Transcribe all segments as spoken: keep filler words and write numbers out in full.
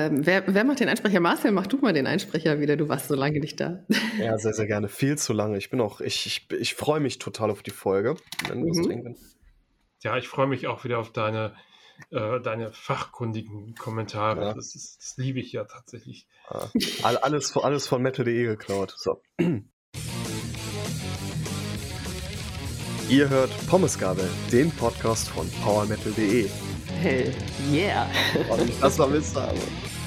Ähm, wer, wer macht den Einsprecher? Marcel, mach du mal den Einsprecher wieder. Du warst so lange nicht da. Ja, sehr, sehr gerne. Viel zu lange. Ich bin auch, ich, ich, ich freue mich total auf die Folge. Wenn du was Mhm. trinken. Ja, ich freue mich auch wieder auf deine, äh, deine fachkundigen Kommentare. Ja. Das, ist, das liebe ich ja tatsächlich. Ah, all- alles, von- alles von metal punkt de geklaut. So. Ihr hört Pommesgabel, den Podcast von powermetal punkt de. Hell yeah. Und ich das vermisst habe.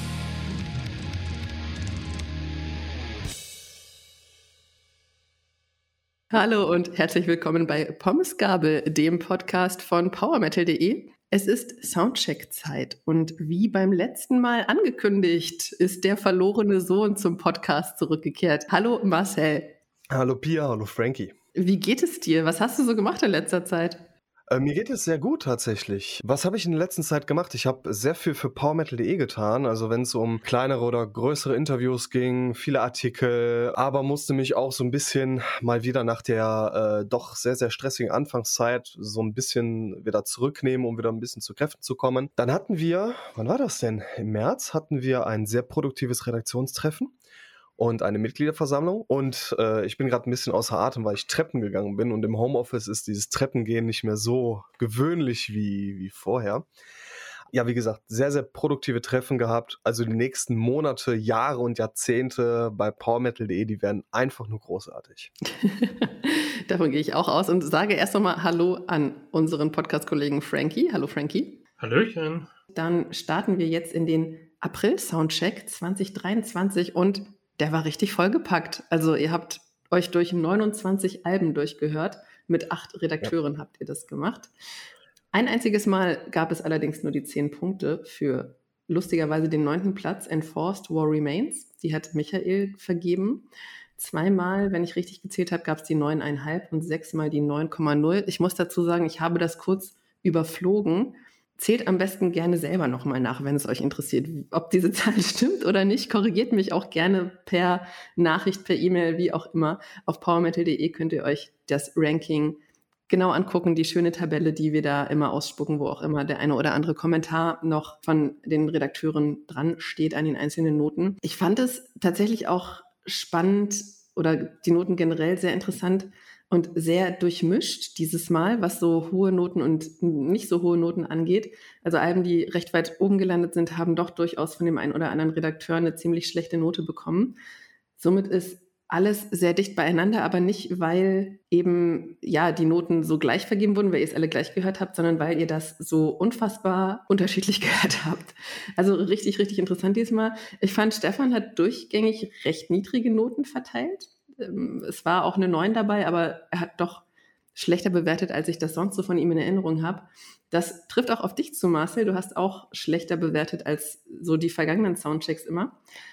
Hallo und herzlich willkommen bei Pommesgabel, dem Podcast von powermetal punkt de. Es ist Soundcheck-Zeit und wie beim letzten Mal angekündigt, ist der verlorene Sohn zum Podcast zurückgekehrt. Hallo Marcel. Hallo Pia, hallo Frankie. Wie geht es dir? Was hast du so gemacht in letzter Zeit? Äh, mir geht es sehr gut tatsächlich. Was habe ich in der letzten Zeit gemacht? Ich habe sehr viel für powermetal punkt de getan, also wenn es um kleinere oder größere Interviews ging, viele Artikel, aber musste mich auch so ein bisschen mal wieder nach der äh, doch sehr, sehr stressigen Anfangszeit so ein bisschen wieder zurücknehmen, um wieder ein bisschen zu Kräften zu kommen. Dann hatten wir, wann war das denn? Im März hatten wir ein sehr produktives Redaktionstreffen und eine Mitgliederversammlung und äh, ich bin gerade ein bisschen außer Atem, weil ich Treppen gegangen bin und im Homeoffice ist dieses Treppengehen nicht mehr so gewöhnlich wie, wie vorher. Ja, wie gesagt, sehr, sehr produktive Treffen gehabt, also die nächsten Monate, Jahre und Jahrzehnte bei powermetal punkt de, die werden einfach nur großartig. Davon gehe ich auch aus und sage erst nochmal Hallo an unseren Podcast-Kollegen Frankie. Hallo Frankie. Hallöchen. Dann starten wir jetzt in den April-Soundcheck zwanzig dreiundzwanzig und der war richtig vollgepackt. Also ihr habt euch durch neunundzwanzig Alben durchgehört. Mit acht Redakteuren ja. habt ihr das gemacht. Ein einziges Mal gab es allerdings nur die zehn Punkte für lustigerweise den neunten Platz, Enforced War Remains. Die hat Michael vergeben. Zweimal, wenn ich richtig gezählt habe, gab es die neun Komma fünf und sechsmal die neun Komma null. Ich muss dazu sagen, ich habe das kurz überflogen. Zählt am besten gerne selber nochmal nach, wenn es euch interessiert, ob diese Zahl stimmt oder nicht. Korrigiert mich auch gerne per Nachricht, per E-Mail, wie auch immer. Auf powermetal punkt de könnt ihr euch das Ranking genau angucken, die schöne Tabelle, die wir da immer ausspucken, wo auch immer der eine oder andere Kommentar noch von den Redakteuren dran steht an den einzelnen Noten. Ich fand es tatsächlich auch spannend oder die Noten generell sehr interessant, und sehr durchmischt dieses Mal, was so hohe Noten und nicht so hohe Noten angeht. Also Alben, die recht weit oben gelandet sind, haben doch durchaus von dem einen oder anderen Redakteur eine ziemlich schlechte Note bekommen. Somit ist alles sehr dicht beieinander, aber nicht, weil eben ja die Noten so gleich vergeben wurden, weil ihr es alle gleich gehört habt, sondern weil ihr das so unfassbar unterschiedlich gehört habt. Also richtig, richtig interessant diesmal. Ich fand, Stefan hat durchgängig recht niedrige Noten verteilt. Es war auch eine neun dabei, aber er hat doch schlechter bewertet, als ich das sonst so von ihm in Erinnerung habe. Das trifft auch auf dich zu, Marcel. Du hast auch schlechter bewertet als so die vergangenen Soundchecks immer.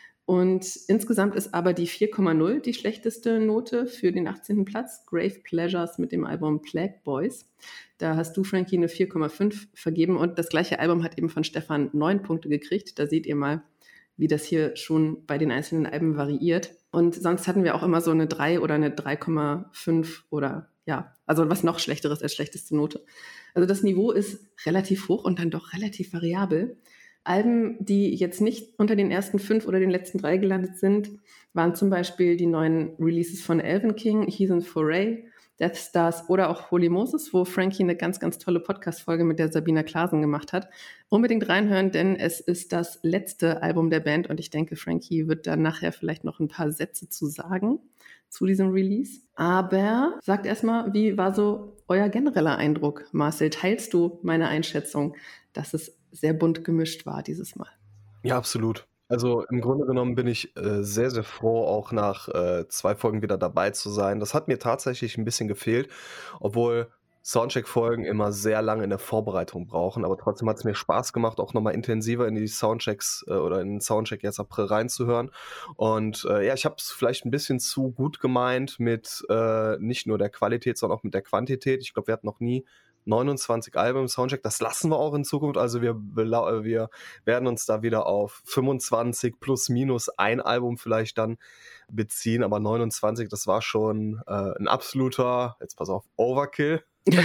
Und insgesamt ist aber die vier Komma null die schlechteste Note für den achtzehnten Platz. Grave Pleasures mit dem Album Plague Boys. Da hast du, Frankie, eine vier Komma fünf vergeben. Und das gleiche Album hat eben von Stefan neun Punkte gekriegt. Da seht ihr mal, wie das hier schon bei den einzelnen Alben variiert. Und sonst hatten wir auch immer so eine drei oder eine drei Komma fünf oder ja, also was noch Schlechteres als schlechteste Note. Also das Niveau ist relativ hoch und dann doch relativ variabel. Alben, die jetzt nicht unter den ersten fünf oder den letzten drei gelandet sind, waren zum Beispiel die neuen Releases von Elven King, Heathen Foray, Death Stars oder auch Holy Moses, wo Frankie eine ganz, ganz tolle Podcast-Folge mit der Sabina Klaasen gemacht hat. Unbedingt reinhören, denn es ist das letzte Album der Band und ich denke, Frankie wird da nachher vielleicht noch ein paar Sätze zu sagen zu diesem Release. Aber sagt erstmal, wie war so euer genereller Eindruck, Marcel? Teilst du meine Einschätzung, dass es sehr bunt gemischt war dieses Mal? Ja, absolut. Also im Grunde genommen bin ich äh, sehr, sehr froh, auch nach äh, zwei Folgen wieder dabei zu sein. Das hat mir tatsächlich ein bisschen gefehlt, obwohl Soundcheck-Folgen immer sehr lange in der Vorbereitung brauchen, aber trotzdem hat es mir Spaß gemacht, auch nochmal intensiver in die Soundchecks äh, oder in den Soundcheck jetzt April reinzuhören. Und äh, ja, ich habe es vielleicht ein bisschen zu gut gemeint mit äh, nicht nur der Qualität, sondern auch mit der Quantität. Ich glaube, wir hatten noch nie neunundzwanzig Alben im Soundcheck, das lassen wir auch in Zukunft, also wir, belau- wir werden uns da wieder auf fünfundzwanzig plus minus ein Album vielleicht dann beziehen, aber neunundzwanzig, das war schon äh, ein absoluter, jetzt pass auf, Overkill.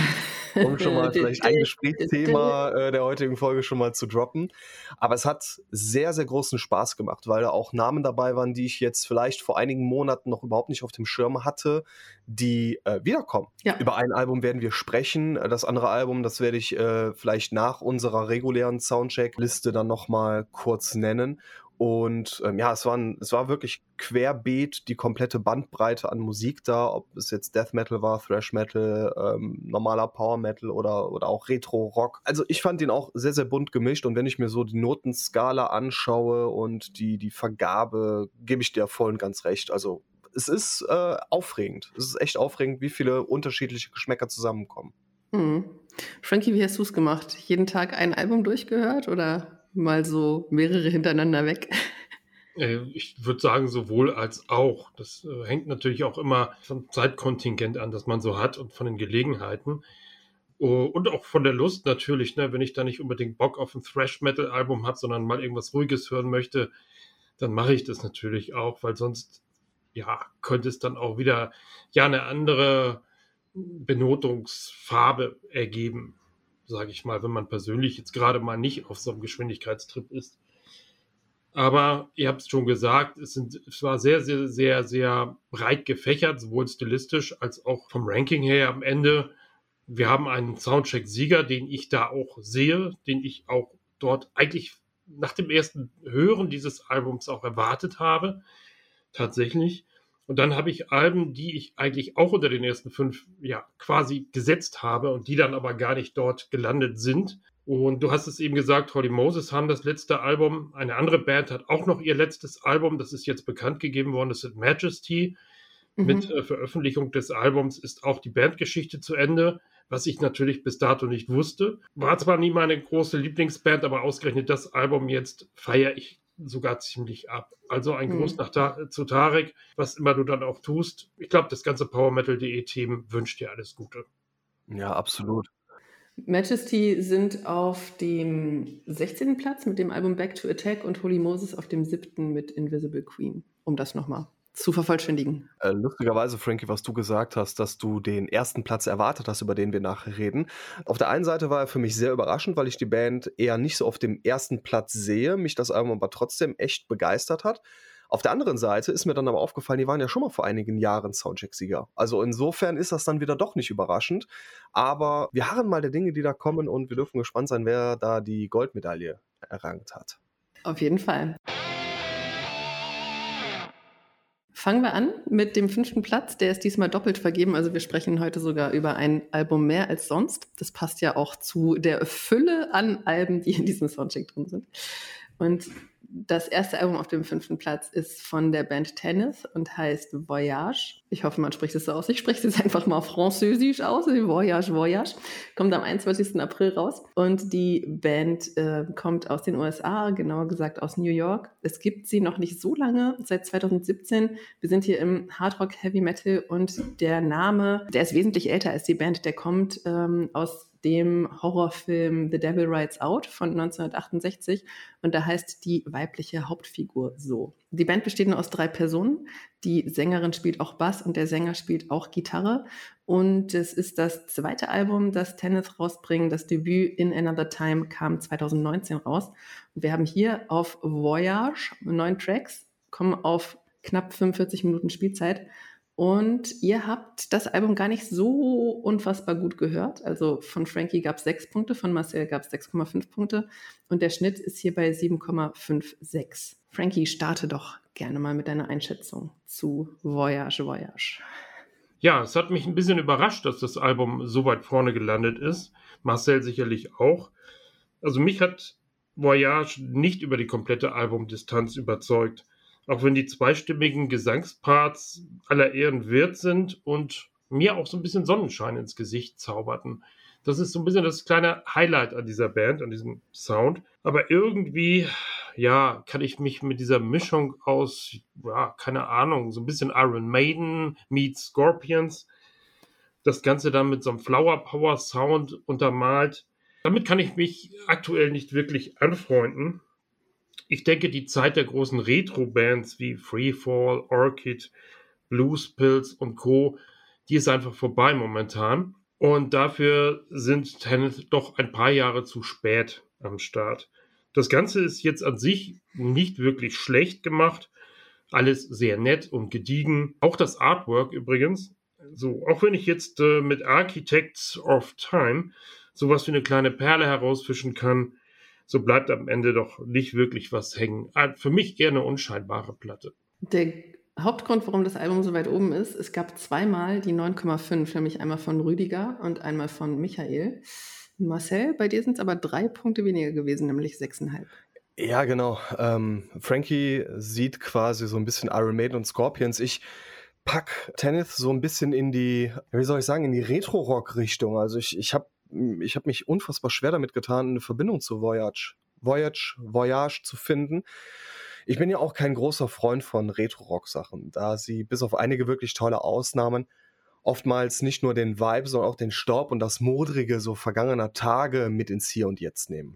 um schon mal vielleicht ein Gesprächsthema äh, der heutigen Folge schon mal zu droppen. Aber es hat sehr, sehr großen Spaß gemacht, weil da auch Namen dabei waren, die ich jetzt vielleicht vor einigen Monaten noch überhaupt nicht auf dem Schirm hatte, die äh, wiederkommen. Ja. Über ein Album werden wir sprechen. Das andere Album, das werde ich äh, vielleicht nach unserer regulären Soundcheck-Liste dann nochmal kurz nennen. Und ähm, ja, es war, ein, es war wirklich querbeet die komplette Bandbreite an Musik da, ob es jetzt Death Metal war, Thrash Metal, ähm, normaler Power Metal oder, oder auch Retro Rock. Also ich fand den auch sehr, sehr bunt gemischt, und wenn ich mir so die Notenskala anschaue und die, die Vergabe, gebe ich dir voll und ganz recht. Also es ist äh, aufregend. Es ist echt aufregend, wie viele unterschiedliche Geschmäcker zusammenkommen. Mhm. Frankie, wie hast du es gemacht? Jeden Tag ein Album durchgehört oder mal so mehrere hintereinander weg? Ich würde sagen, sowohl als auch. Das äh, hängt natürlich auch immer vom Zeitkontingent an, das man so hat, und von den Gelegenheiten. Oh, und auch von der Lust natürlich, ne? Wenn ich da nicht unbedingt Bock auf ein Thrash-Metal-Album habe, sondern mal irgendwas Ruhiges hören möchte, dann mache ich das natürlich auch, weil sonst ja, könnte es dann auch wieder ja eine andere Benotungsfarbe ergeben, sage ich mal, wenn man persönlich jetzt gerade mal nicht auf so einem Geschwindigkeitstrip ist. Aber ihr habt es schon gesagt, es, sind, es war sehr, sehr, sehr, sehr breit gefächert, sowohl stilistisch als auch vom Ranking her am Ende. Wir haben einen Soundcheck-Sieger, den ich da auch sehe, den ich auch dort eigentlich nach dem ersten Hören dieses Albums auch erwartet habe, tatsächlich. Und dann habe ich Alben, die ich eigentlich auch unter den ersten fünf ja quasi gesetzt habe und die dann aber gar nicht dort gelandet sind. Und du hast es eben gesagt, Holy Moses haben das letzte Album. Eine andere Band hat auch noch ihr letztes Album, das ist jetzt bekannt gegeben worden, das ist Majesty. Mhm. Mit äh, Veröffentlichung des Albums ist auch die Bandgeschichte zu Ende, was ich natürlich bis dato nicht wusste. War zwar nie meine große Lieblingsband, aber ausgerechnet das Album jetzt feiere ich sogar ziemlich ab. Also ein Gruß hm. nach Ta- zu Tarek, was immer du dann auch tust. Ich glaube, das ganze Power Metal punkt de Team wünscht dir alles Gute. Ja, absolut. Majesty sind auf dem sechzehnten Platz mit dem Album Back to Attack und Holy Moses auf dem siebten mit Invisible Queen, um das nochmal zu vervollständigen. Äh, lustigerweise, Frankie, was du gesagt hast, dass du den ersten Platz erwartet hast, über den wir nachher reden. Auf der einen Seite war er für mich sehr überraschend, weil ich die Band eher nicht so auf dem ersten Platz sehe, mich das Album aber trotzdem echt begeistert hat. Auf der anderen Seite ist mir dann aber aufgefallen, die waren ja schon mal vor einigen Jahren Soundcheck-Sieger. Also insofern ist das dann wieder doch nicht überraschend. Aber wir harren mal der Dinge, die da kommen, und wir dürfen gespannt sein, wer da die Goldmedaille errangt hat. Auf jeden Fall. Fangen wir an mit dem fünften Platz. Der ist diesmal doppelt vergeben. Also wir sprechen heute sogar über ein Album mehr als sonst. Das passt ja auch zu der Fülle an Alben, die in diesem Soundcheck drin sind. Und das erste Album auf dem fünften Platz ist von der Band Tennis und heißt Voyage. Ich hoffe, man spricht es so aus. Ich spreche es jetzt einfach mal französisch aus. Voyage, Voyage. Kommt am einundzwanzigsten April raus. Und die Band äh, kommt aus den U S A, genauer gesagt aus New York. Es gibt sie noch nicht so lange, seit zweitausendsiebzehn. Wir sind hier im Hardrock Heavy Metal und der Name, der ist wesentlich älter als die Band. Der kommt ähm, aus dem Horrorfilm The Devil Rides Out von neunzehnhundertachtundsechzig, und da heißt die weibliche Hauptfigur so. Die Band besteht nur aus drei Personen. Die Sängerin spielt auch Bass und der Sänger spielt auch Gitarre, und es ist das zweite Album, das Tennis rausbringen. Das Debüt In Another Time kam zweitausendneunzehn raus, und wir haben hier auf Voyage neun Tracks, kommen auf knapp fünfundvierzig Minuten Spielzeit. Und ihr habt das Album gar nicht so unfassbar gut gehört. Also von Frankie gab es sechs Punkte, von Marcel gab es sechs Komma fünf Punkte und der Schnitt ist hier bei sieben Komma sechsundfünfzig. Frankie, starte doch gerne mal mit deiner Einschätzung zu Voyage, Voyage. Ja, es hat mich ein bisschen überrascht, dass das Album so weit vorne gelandet ist. Marcel sicherlich auch. Also mich hat Voyage nicht über die komplette Albumdistanz überzeugt. Auch wenn die zweistimmigen Gesangsparts aller Ehren wert sind und mir auch so ein bisschen Sonnenschein ins Gesicht zauberten. Das ist so ein bisschen das kleine Highlight an dieser Band, an diesem Sound. Aber irgendwie, ja, kann ich mich mit dieser Mischung aus, ja, keine Ahnung, so ein bisschen Iron Maiden meets Scorpions, das Ganze dann mit so einem Flower Power Sound untermalt. Damit kann ich mich aktuell nicht wirklich anfreunden. Ich denke, die Zeit der großen Retro-Bands wie Freefall, Orchid, Blues Pills und Co., die ist einfach vorbei momentan. Und dafür sind Tenet doch ein paar Jahre zu spät am Start. Das Ganze ist jetzt an sich nicht wirklich schlecht gemacht. Alles sehr nett und gediegen. Auch das Artwork übrigens. So, auch wenn ich jetzt äh, mit Architects of Time sowas wie eine kleine Perle herausfischen kann, so bleibt am Ende doch nicht wirklich was hängen. Ah, für mich eher eine unscheinbare Platte. Der Hauptgrund, warum das Album so weit oben ist, es gab zweimal die neun Komma fünf, nämlich einmal von Rüdiger und einmal von Michael. Marcel, bei dir sind es aber drei Punkte weniger gewesen, nämlich sechs Komma fünf. Ja, genau. Ähm, Frankie sieht quasi so ein bisschen Iron Maiden und Scorpions. Ich pack Tenet so ein bisschen in die, wie soll ich sagen, in die Retro-Rock-Richtung. Also ich, ich habe ich hab mich unfassbar schwer damit getan, eine Verbindung zu Voyage, Voyage, Voyage zu finden. Ich bin ja auch kein großer Freund von Retro-Rock-Sachen, da sie bis auf einige wirklich tolle Ausnahmen oftmals nicht nur den Vibe, sondern auch den Staub und das Modrige so vergangener Tage mit ins Hier und Jetzt nehmen.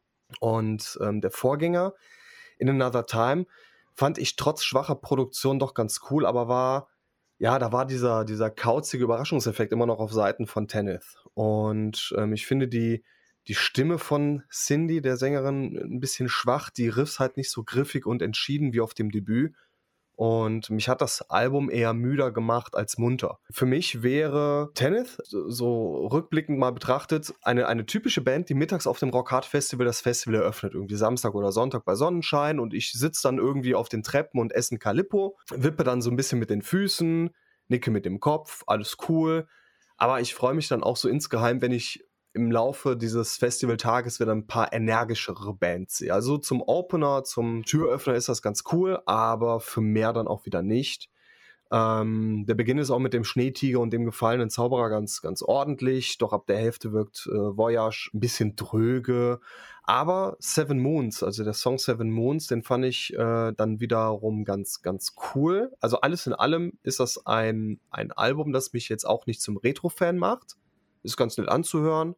Und ähm, der Vorgänger, In Another Time, fand ich trotz schwacher Produktion doch ganz cool, aber war, ja, da war dieser, dieser kauzige Überraschungseffekt immer noch auf Seiten von Tenet. Und ähm, ich finde die, die Stimme von Cindy, der Sängerin, ein bisschen schwach, die Riffs halt nicht so griffig und entschieden wie auf dem Debüt. Und mich hat das Album eher müder gemacht als munter. Für mich wäre Tenet, so, so rückblickend mal betrachtet, eine, eine typische Band, die mittags auf dem Rock Hard Festival das Festival eröffnet. Irgendwie Samstag oder Sonntag bei Sonnenschein. Und ich sitze dann irgendwie auf den Treppen und esse ein Calippo, wippe dann so ein bisschen mit den Füßen, nicke mit dem Kopf, alles cool. Aber ich freue mich dann auch so insgeheim, wenn ich im Laufe dieses Festivaltages wieder ein paar energischere Bands sehe. Also zum Opener, zum Türöffner ist das ganz cool, aber für mehr dann auch wieder nicht. Ähm, der Beginn ist auch mit dem Schneetiger und dem gefallenen Zauberer ganz, ganz ordentlich, doch ab der Hälfte wirkt äh, Voyage ein bisschen dröge. Aber Seven Moons, also der Song Seven Moons, den fand ich äh, dann wiederum ganz, ganz cool. Also alles in allem ist das ein, ein Album, das mich jetzt auch nicht zum Retro-Fan macht. Ist ganz nett anzuhören,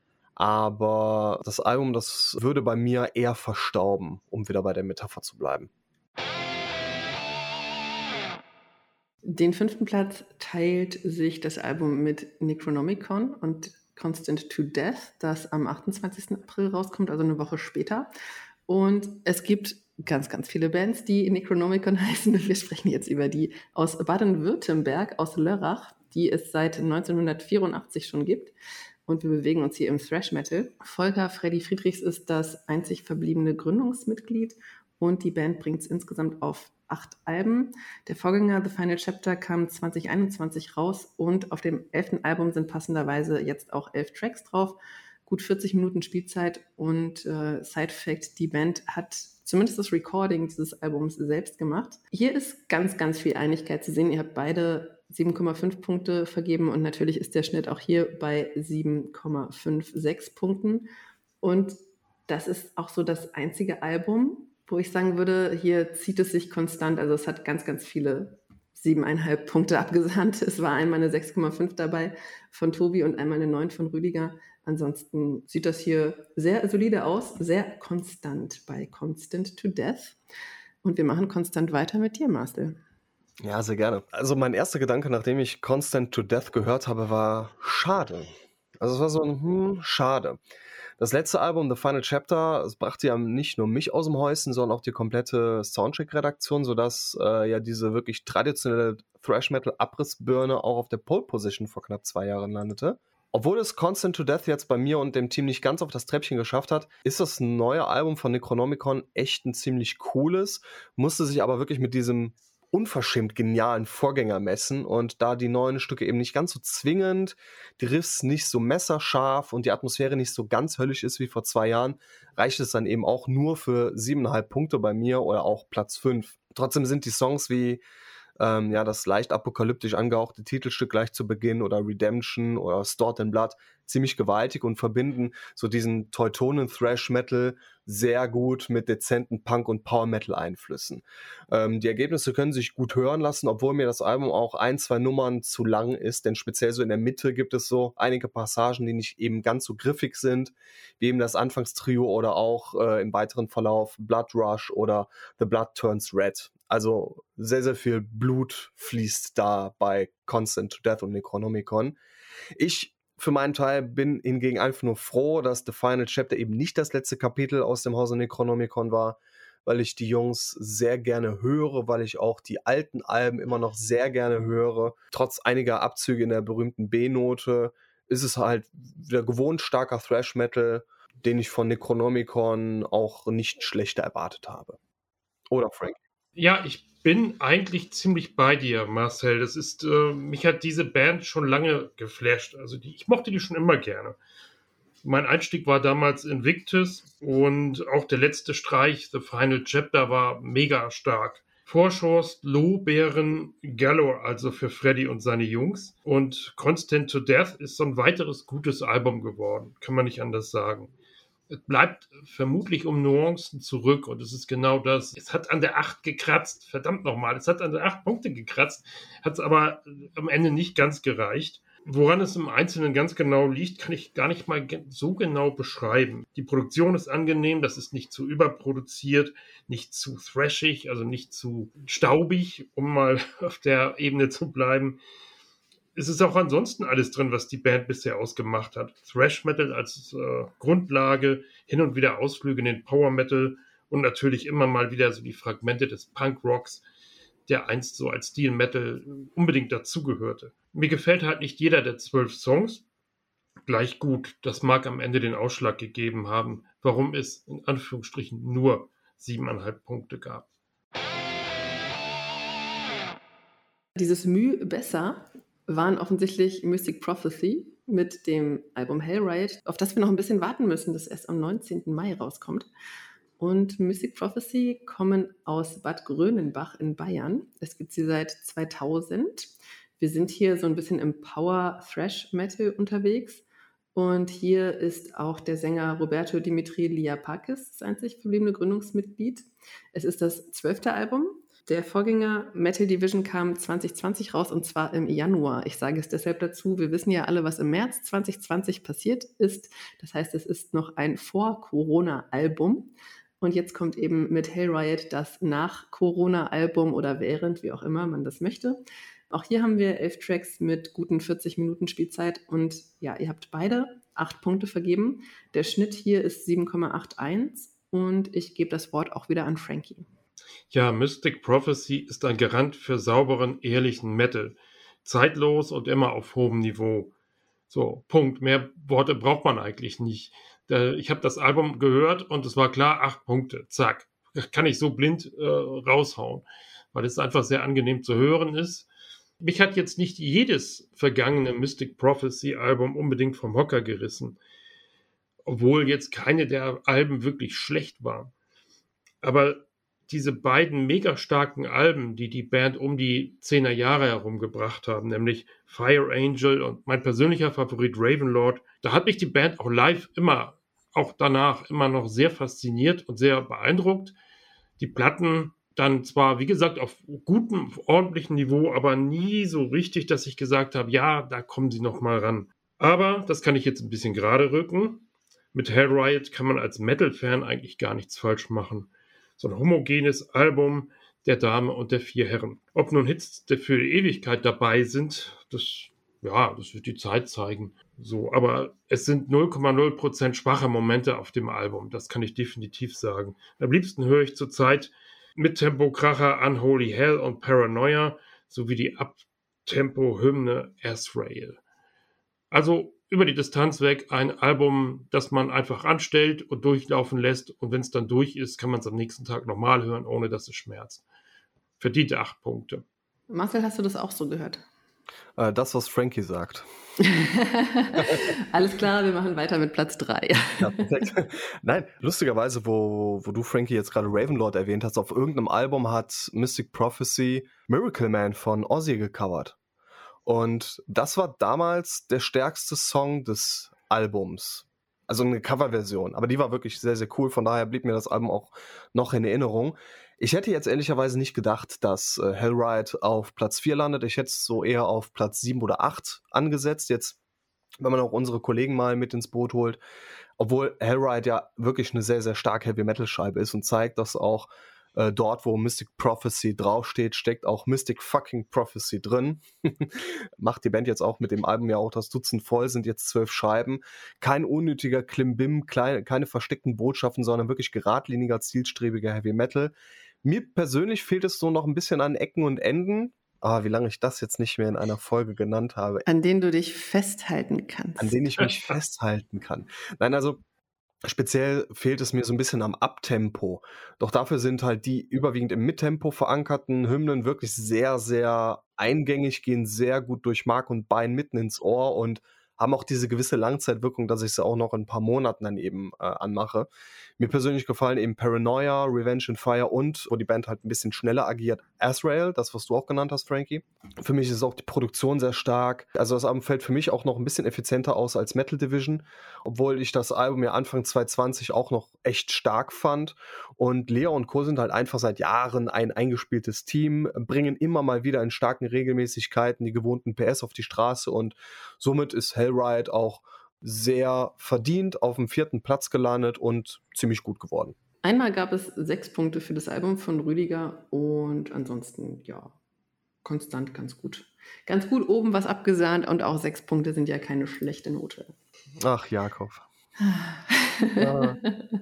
aber das Album, das würde bei mir eher verstauben, um wieder bei der Metapher zu bleiben. Den fünften Platz teilt sich das Album mit Necronomicon und Constant to Death, das am achtundzwanzigsten April rauskommt, also eine Woche später. Und es gibt ganz, ganz viele Bands, die Necronomicon heißen. Wir sprechen jetzt über die aus Baden-Württemberg, aus Lörrach, die es seit neunzehnhundertvierundachtzig schon gibt. Und wir bewegen uns hier im Thrash Metal. Volker Freddy Friedrichs ist das einzig verbliebene Gründungsmitglied und die Band bringt es insgesamt auf acht Alben. Der Vorgänger The Final Chapter kam zwanzig einundzwanzig raus und auf dem elften Album sind passenderweise jetzt auch elf Tracks drauf. Gut vierzig Minuten Spielzeit und äh, Side Fact, die Band hat zumindest das Recording dieses Albums selbst gemacht. Hier ist ganz, ganz viel Einigkeit zu sehen. Ihr habt beide sieben Komma fünf Punkte vergeben und natürlich ist der Schnitt auch hier bei sieben Komma sechsundfünfzig Punkten. Und das ist auch so das einzige Album, wo ich sagen würde, hier zieht es sich konstant. Also es hat ganz, ganz viele siebeneinhalb Punkte abgesandt. Es war einmal eine sechs Komma fünf dabei von Tobi und einmal eine neun von Rüdiger. Ansonsten sieht das hier sehr solide aus, sehr konstant bei Constant to Death. Und wir machen konstant weiter mit dir, Marcel. Ja, sehr gerne. Also mein erster Gedanke, nachdem ich Constant to Death gehört habe, war schade. Also es war so ein, hm, schade. Das letzte Album, The Final Chapter, es brachte ja nicht nur mich aus dem Häuschen, sondern auch die komplette Soundtrack-Redaktion, sodass äh, ja diese wirklich traditionelle Thrash-Metal-Abrissbirne auch auf der Pole-Position vor knapp zwei Jahren landete. Obwohl es Constant to Death jetzt bei mir und dem Team nicht ganz auf das Treppchen geschafft hat, ist das neue Album von Necronomicon echt ein ziemlich cooles, musste sich aber wirklich mit diesem unverschämt genialen Vorgänger messen und da die neuen Stücke eben nicht ganz so zwingend, die Riffs nicht so messerscharf und die Atmosphäre nicht so ganz höllisch ist wie vor zwei Jahren, reicht es dann eben auch nur für siebeneinhalb Punkte bei mir oder auch Platz fünf. Trotzdem sind die Songs wie ähm, ja, das leicht apokalyptisch angehauchte Titelstück gleich zu Beginn oder Redemption oder Stored in Blood ziemlich gewaltig und verbinden so diesen Teutonen-Thrash-Metal sehr gut mit dezenten Punk- und Power-Metal-Einflüssen. Ähm, die Ergebnisse können sich gut hören lassen, obwohl mir das Album auch ein, zwei Nummern zu lang ist, denn speziell so in der Mitte gibt es so einige Passagen, die nicht eben ganz so griffig sind, wie eben das Anfangstrio oder auch äh, im weiteren Verlauf Blood Rush oder The Blood Turns Red. Also sehr, sehr viel Blut fließt da bei Constant to Death und Necronomicon. Ich für meinen Teil bin hingegen einfach nur froh, dass The Final Chapter eben nicht das letzte Kapitel aus dem Hause Necronomicon war, weil ich die Jungs sehr gerne höre, weil ich auch die alten Alben immer noch sehr gerne höre. Trotz einiger Abzüge in der berühmten B-Note ist es halt wieder gewohnt starker Thrash-Metal, den ich von Necronomicon auch nicht schlechter erwartet habe. Oder Frank? Ja, ich bin eigentlich ziemlich bei dir, Marcel. Das ist, äh, mich hat diese Band schon lange geflasht. Also die, ich mochte die schon immer gerne. Mein Einstieg war damals Invictus und auch der letzte Streich, The Final Chapter, war mega stark. Vorschorst, Lohbeeren, Galore, also für Freddy und seine Jungs. Und Constant to Death ist so ein weiteres gutes Album geworden. Kann man nicht anders sagen. Es bleibt vermutlich um Nuancen zurück und es ist genau das. Es hat an der acht gekratzt, verdammt nochmal, es hat an der acht Punkte gekratzt, hat es aber am Ende nicht ganz gereicht. Woran es im Einzelnen ganz genau liegt, kann ich gar nicht mal so genau beschreiben. Die Produktion ist angenehm, das ist nicht zu überproduziert, nicht zu thrashig, also nicht zu staubig, um mal auf der Ebene zu bleiben. Es ist auch ansonsten alles drin, was die Band bisher ausgemacht hat. Thrash Metal als äh, Grundlage, hin und wieder Ausflüge in den Power Metal und natürlich immer mal wieder so die Fragmente des Punk Rocks, der einst so als Steel Metal unbedingt dazugehörte. Mir gefällt halt nicht jeder der zwölf Songs gleich gut. Das mag am Ende den Ausschlag gegeben haben, warum es in Anführungsstrichen nur siebeneinhalb Punkte gab. Dieses Mühe besser waren offensichtlich Mystic Prophecy mit dem Album Hell Riot, auf das wir noch ein bisschen warten müssen, das erst am neunzehnten Mai rauskommt. Und Mystic Prophecy kommen aus Bad Grönenbach in Bayern. Es gibt sie seit zweitausend. Wir sind hier so ein bisschen im Power-Thrash-Metal unterwegs. Und hier ist auch der Sänger Roberto Dimitri Liapakis das einzig verbliebene Gründungsmitglied. Es ist das zwölfte Album. Der Vorgänger Metal Division kam zwanzig zwanzig raus und zwar im Januar. Ich sage es deshalb dazu, wir wissen ja alle, was im März zwanzig zwanzig passiert ist. Das heißt, es ist noch ein Vor-Corona-Album. Und jetzt kommt eben mit Hell Riot das Nach-Corona-Album oder während, wie auch immer man das möchte. Auch hier haben wir elf Tracks mit guten vierzig Minuten Spielzeit und ja, ihr habt beide acht Punkte vergeben. Der Schnitt hier ist sieben Komma einundachtzig und ich gebe das Wort auch wieder an Frankie. Ja, Mystic Prophecy ist ein Garant für sauberen, ehrlichen Metal. Zeitlos und immer auf hohem Niveau. So, Punkt. Mehr Worte braucht man eigentlich nicht. Ich habe das Album gehört und es war klar, acht Punkte. Zack. Kann ich so blind äh, raushauen, weil es einfach sehr angenehm zu hören ist. Mich hat jetzt nicht jedes vergangene Mystic Prophecy Album unbedingt vom Hocker gerissen. Obwohl jetzt keine der Alben wirklich schlecht waren. Aber diese beiden mega starken Alben, die die Band um die zehner Jahre herum gebracht haben, nämlich Fire Angel und mein persönlicher Favorit Ravenlord, da hat mich die Band auch live immer, auch danach immer noch sehr fasziniert und sehr beeindruckt. Die Platten dann zwar, wie gesagt, auf gutem, ordentlichem Niveau, aber nie so richtig, dass ich gesagt habe, ja, da kommen sie noch mal ran. Aber das kann ich jetzt ein bisschen gerade rücken. Mit Hell Riot kann man als Metal-Fan eigentlich gar nichts falsch machen. So ein homogenes Album der Dame und der vier Herren. Ob nun Hits für die Ewigkeit dabei sind, das, ja, das wird die Zeit zeigen. So, aber es sind null Komma null Prozent schwache Momente auf dem Album. Das kann ich definitiv sagen. Am liebsten höre ich zurzeit Mit-Tempo-Kracher Unholy Hell und Paranoia sowie die Abtempo-Hymne Azrael. Also über die Distanz weg ein Album, das man einfach anstellt und durchlaufen lässt. Und wenn es dann durch ist, kann man es am nächsten Tag nochmal hören, ohne dass es schmerzt. Verdiente acht Punkte. Marcel, hast du das auch so gehört? Äh, das, was Frankie sagt. Alles klar, wir machen weiter mit Platz drei. Ja, perfekt. Nein, lustigerweise, wo, wo du, Frankie, jetzt gerade Ravenlord erwähnt hast, auf irgendeinem Album hat Mystic Prophecy Miracle Man von Ozzy gecovert. Und das war damals der stärkste Song des Albums. Also eine Coverversion. Aber die war wirklich sehr, sehr cool. Von daher blieb mir das Album auch noch in Erinnerung. Ich hätte jetzt ehrlicherweise nicht gedacht, dass äh, Hell Riot auf Platz vier landet. Ich hätte es so eher auf Platz sieben oder acht angesetzt. Jetzt, wenn man auch unsere Kollegen mal mit ins Boot holt. Obwohl Hell Riot ja wirklich eine sehr, sehr starke Heavy-Metal-Scheibe ist und zeigt, dass auch Äh, dort, wo Mystic Prophecy draufsteht, steckt auch Mystic fucking Prophecy drin. Macht die Band jetzt auch mit dem Album ja auch das Dutzend voll, sind jetzt zwölf Scheiben. Kein unnötiger Klimbim, klein, keine versteckten Botschaften, sondern wirklich geradliniger, zielstrebiger Heavy Metal. Mir persönlich fehlt es so noch ein bisschen an Ecken und Enden. Ah, wie lange ich das jetzt nicht mehr in einer Folge genannt habe. An denen du dich festhalten kannst. An denen ich mich festhalten kann. Nein, also speziell fehlt es mir so ein bisschen am Abtempo. Doch dafür sind halt die überwiegend im Mittempo verankerten Hymnen wirklich sehr, sehr eingängig, gehen sehr gut durch Mark und Bein mitten ins Ohr und haben auch diese gewisse Langzeitwirkung, dass ich sie auch noch in ein paar Monaten dann eben äh, anmache. Mir persönlich gefallen eben Paranoia, Revenge and Fire und, wo die Band halt ein bisschen schneller agiert, Azrael, das, was du auch genannt hast, Frankie. Für mich ist auch die Produktion sehr stark. Also das Album fällt für mich auch noch ein bisschen effizienter aus als Metal Division, obwohl ich das Album ja Anfang zwanzig zwanzig auch noch echt stark fand. Und Lea und Co. sind halt einfach seit Jahren ein eingespieltes Team, bringen immer mal wieder in starken Regelmäßigkeiten die gewohnten P S auf die Straße und somit ist Hellride auch sehr verdient auf dem vierten Platz gelandet und ziemlich gut geworden. Einmal gab es sechs Punkte für das Album von Rüdiger und ansonsten, ja, konstant ganz gut. Ganz gut oben was abgesahnt und auch sechs Punkte sind ja keine schlechte Note. Ach, Jakob. Ja.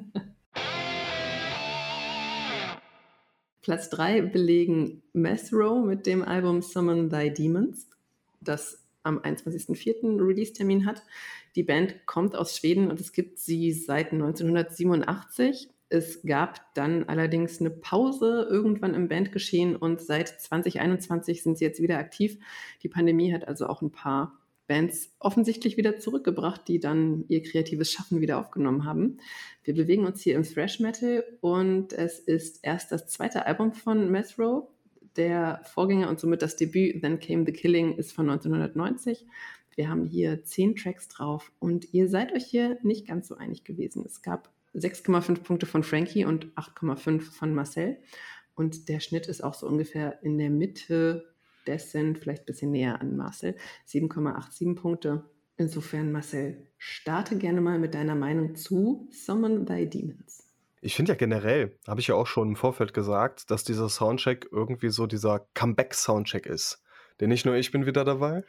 Platz drei belegen Methrow mit dem Album Summon Thy Demons, das am einundzwanzigsten vierten Release-Termin hat. Die Band kommt aus Schweden und es gibt sie seit neunzehnhundertsiebenundachtzig. Es gab dann allerdings eine Pause irgendwann im Bandgeschehen und seit zwanzig einundzwanzig sind sie jetzt wieder aktiv. Die Pandemie hat also auch ein paar Bands offensichtlich wieder zurückgebracht, die dann ihr kreatives Schaffen wieder aufgenommen haben. Wir bewegen uns hier im Thrash Metal und es ist erst das zweite Album von Methrow. Der Vorgänger und somit das Debüt Then Came the Killing ist von neunzehnhundertneunzig. Wir haben hier zehn Tracks drauf und ihr seid euch hier nicht ganz so einig gewesen. Es gab sechs Komma fünf Punkte von Frankie und acht Komma fünf von Marcel. Und der Schnitt ist auch so ungefähr in der Mitte dessen, vielleicht ein bisschen näher an Marcel. sieben Komma siebenundachtzig Punkte. Insofern, Marcel, starte gerne mal mit deiner Meinung zu Summon Thy Demons. Ich finde ja generell, habe ich ja auch schon im Vorfeld gesagt, dass dieser Soundcheck irgendwie so dieser Comeback-Soundcheck ist. Denn nicht nur ich bin wieder dabei,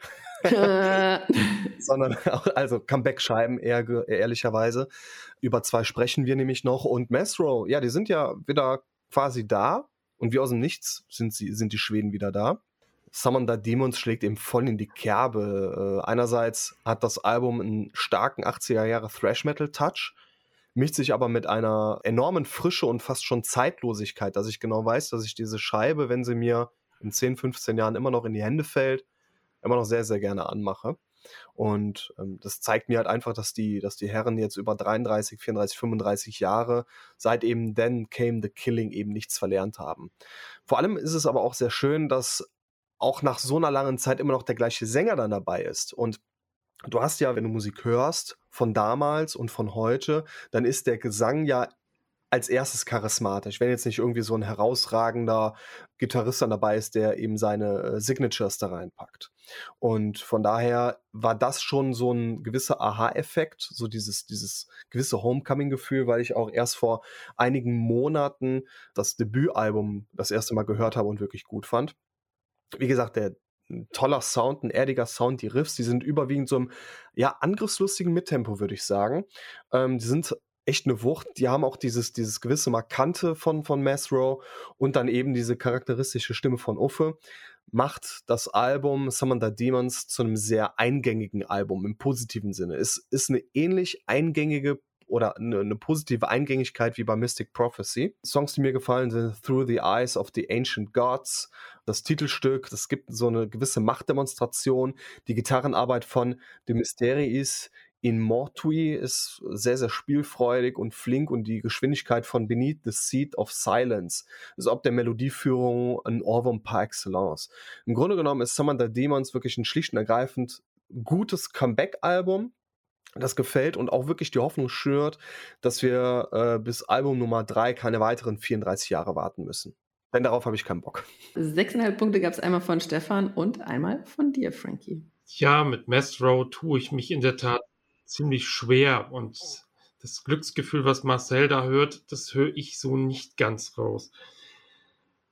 sondern auch, also Comeback-Scheiben eher, ehrlicherweise. Über zwei sprechen wir nämlich noch. Und Methrow, ja, die sind ja wieder quasi da. Und wie aus dem Nichts sind, sie, sind die Schweden wieder da. Summon Thy Demons schlägt eben voll in die Kerbe. Äh, einerseits hat das Album einen starken achtziger-Jahre-Thrash-Metal-Touch, mischt sich aber mit einer enormen Frische und fast schon Zeitlosigkeit, dass ich genau weiß, dass ich diese Scheibe, wenn sie mir in zehn, fünfzehn Jahren immer noch in die Hände fällt, immer noch sehr, sehr gerne anmache. Und ähm, das zeigt mir halt einfach, dass die, dass die Herren jetzt über dreiunddreißig, vierunddreißig, fünfunddreißig Jahre seit eben Then Came the Killing eben nichts verlernt haben. Vor allem ist es aber auch sehr schön, dass auch nach so einer langen Zeit immer noch der gleiche Sänger dann dabei ist. Und du hast ja, wenn du Musik hörst, von damals und von heute, dann ist der Gesang ja als erstes charismatisch. Wenn jetzt nicht irgendwie so ein herausragender Gitarrist dann dabei ist, der eben seine äh, Signatures da reinpackt. Und von daher war das schon so ein gewisser Aha-Effekt, so dieses, dieses gewisse Homecoming-Gefühl, weil ich auch erst vor einigen Monaten das Debütalbum das erste Mal gehört habe und wirklich gut fand. Wie gesagt, der ein toller Sound, ein erdiger Sound, die Riffs, die sind überwiegend so im, ja, angriffslustigen Mittempo, würde ich sagen. Ähm, die sind echt eine Wucht, die haben auch dieses, dieses gewisse Markante von, von Methrow und dann eben diese charakteristische Stimme von Uffe, macht das Album Summon Thy Demons zu einem sehr eingängigen Album, im positiven Sinne. Es ist eine ähnlich eingängige oder eine, eine positive Eingängigkeit wie bei Mystic Prophecy. Songs, die mir gefallen sind Through the Eyes of the Ancient Gods, das Titelstück, das gibt so eine gewisse Machtdemonstration. Die Gitarrenarbeit von De Mysteriis in Mortui ist sehr, sehr spielfreudig und flink und die Geschwindigkeit von Beneath the Seat of Silence ist ob der Melodieführung ein Ohrwurm par excellence. Im Grunde genommen ist Summon Thy Demons wirklich ein schlicht und ergreifend gutes Comeback-Album. Das gefällt und auch wirklich die Hoffnung schürt, dass wir äh, bis Album Nummer drei keine weiteren vierunddreißig Jahre warten müssen. Denn darauf habe ich keinen Bock. Sechseinhalb Punkte gab es einmal von Stefan und einmal von dir, Frankie. Ja, mit Methrow tue ich mich in der Tat ziemlich schwer und das Glücksgefühl, was Marcel da hört, das höre ich so nicht ganz raus.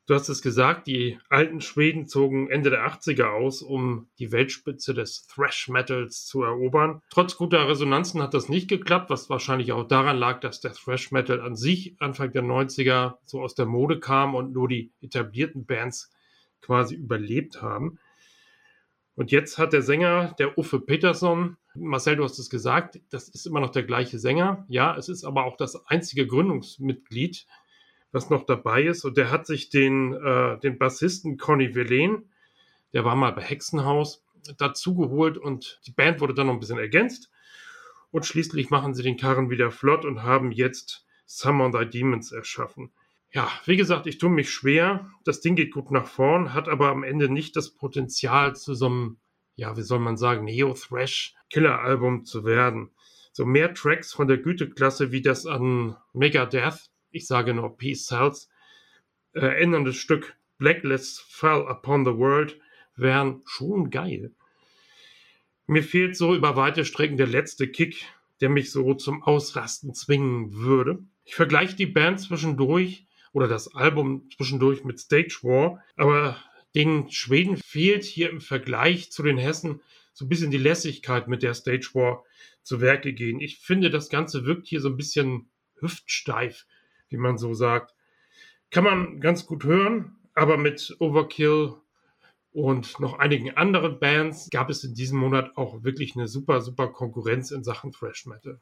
Du hast es gesagt, die alten Schweden zogen Ende der achtziger aus, um die Weltspitze des Thrash-Metals zu erobern. Trotz guter Resonanzen hat das nicht geklappt, was wahrscheinlich auch daran lag, dass der Thrash-Metal an sich Anfang der neunziger so aus der Mode kam und nur die etablierten Bands quasi überlebt haben. Und jetzt hat der Sänger, der Uffe Pettersson, Marcel, du hast es gesagt, das ist immer noch der gleiche Sänger. Ja, es ist aber auch das einzige Gründungsmitglied, was noch dabei ist. Und der hat sich den, äh, den Bassisten Conny Verlaine, der war mal bei Hexenhaus, dazugeholt und die Band wurde dann noch ein bisschen ergänzt. Und schließlich machen sie den Karren wieder flott und haben jetzt Summon Thy Demons erschaffen. Ja, wie gesagt, ich tue mich schwer. Das Ding geht gut nach vorn, hat aber am Ende nicht das Potenzial zu so einem, ja, wie soll man sagen, Neo-Thrash-Killer-Album zu werden. So mehr Tracks von der Güteklasse wie das an Megadeth, ich sage nur Peace Cells, äh, änderndes Stück Blacklist Fell Upon the World wären schon geil. Mir fehlt so über weite Strecken der letzte Kick, der mich so zum Ausrasten zwingen würde. Ich vergleiche die Band zwischendurch oder das Album zwischendurch mit Stage War, aber den Schweden fehlt hier im Vergleich zu den Hessen so ein bisschen die Lässigkeit, mit der Stage War zu Werke gehen. Ich finde, das Ganze wirkt hier so ein bisschen hüftsteif, wie man so sagt. Kann man ganz gut hören, aber mit Overkill und noch einigen anderen Bands gab es in diesem Monat auch wirklich eine super, super Konkurrenz in Sachen Thrash Metal.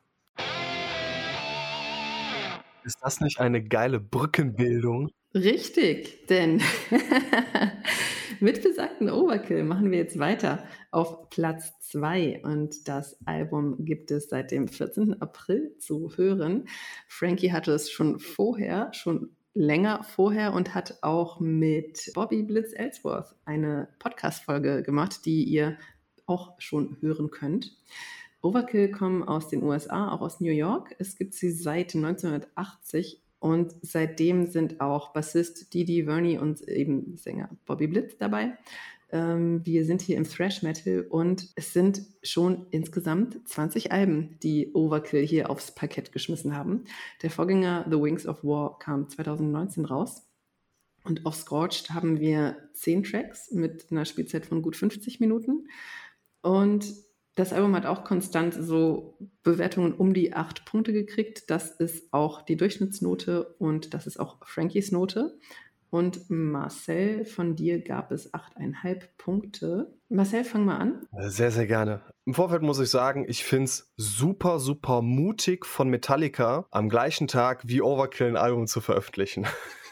Ist das nicht eine geile Brückenbildung? Richtig, denn mit besagten Overkill machen wir jetzt weiter auf Platz zwei und das Album gibt es seit dem vierzehnten April zu hören. Frankie hatte es schon vorher, schon länger vorher und hat auch mit Bobby Blitz Ellsworth eine Podcast-Folge gemacht, die ihr auch schon hören könnt. Overkill kommen aus den U S A, auch aus New York. Es gibt sie seit neunzehnhundertachtzig und seitdem sind auch Bassist Didi Verney und eben Sänger Bobby Blitz dabei. Ähm, wir sind hier im Thrash Metal und es sind schon insgesamt zwanzig Alben, die Overkill hier aufs Parkett geschmissen haben. Der Vorgänger The Wings of War kam zweitausendneunzehn raus. Und auf Scorched haben wir zehn Tracks mit einer Spielzeit von gut fünfzig Minuten. Und das Album hat auch konstant so Bewertungen um die acht Punkte gekriegt. Das ist auch die Durchschnittsnote und das ist auch Frankies Note. Und Marcel, von dir gab es acht Komma fünf Punkte. Marcel, fang mal an. Sehr, sehr gerne. Im Vorfeld muss ich sagen, ich finde es super, super mutig von Metallica, am gleichen Tag wie Overkill ein Album zu veröffentlichen.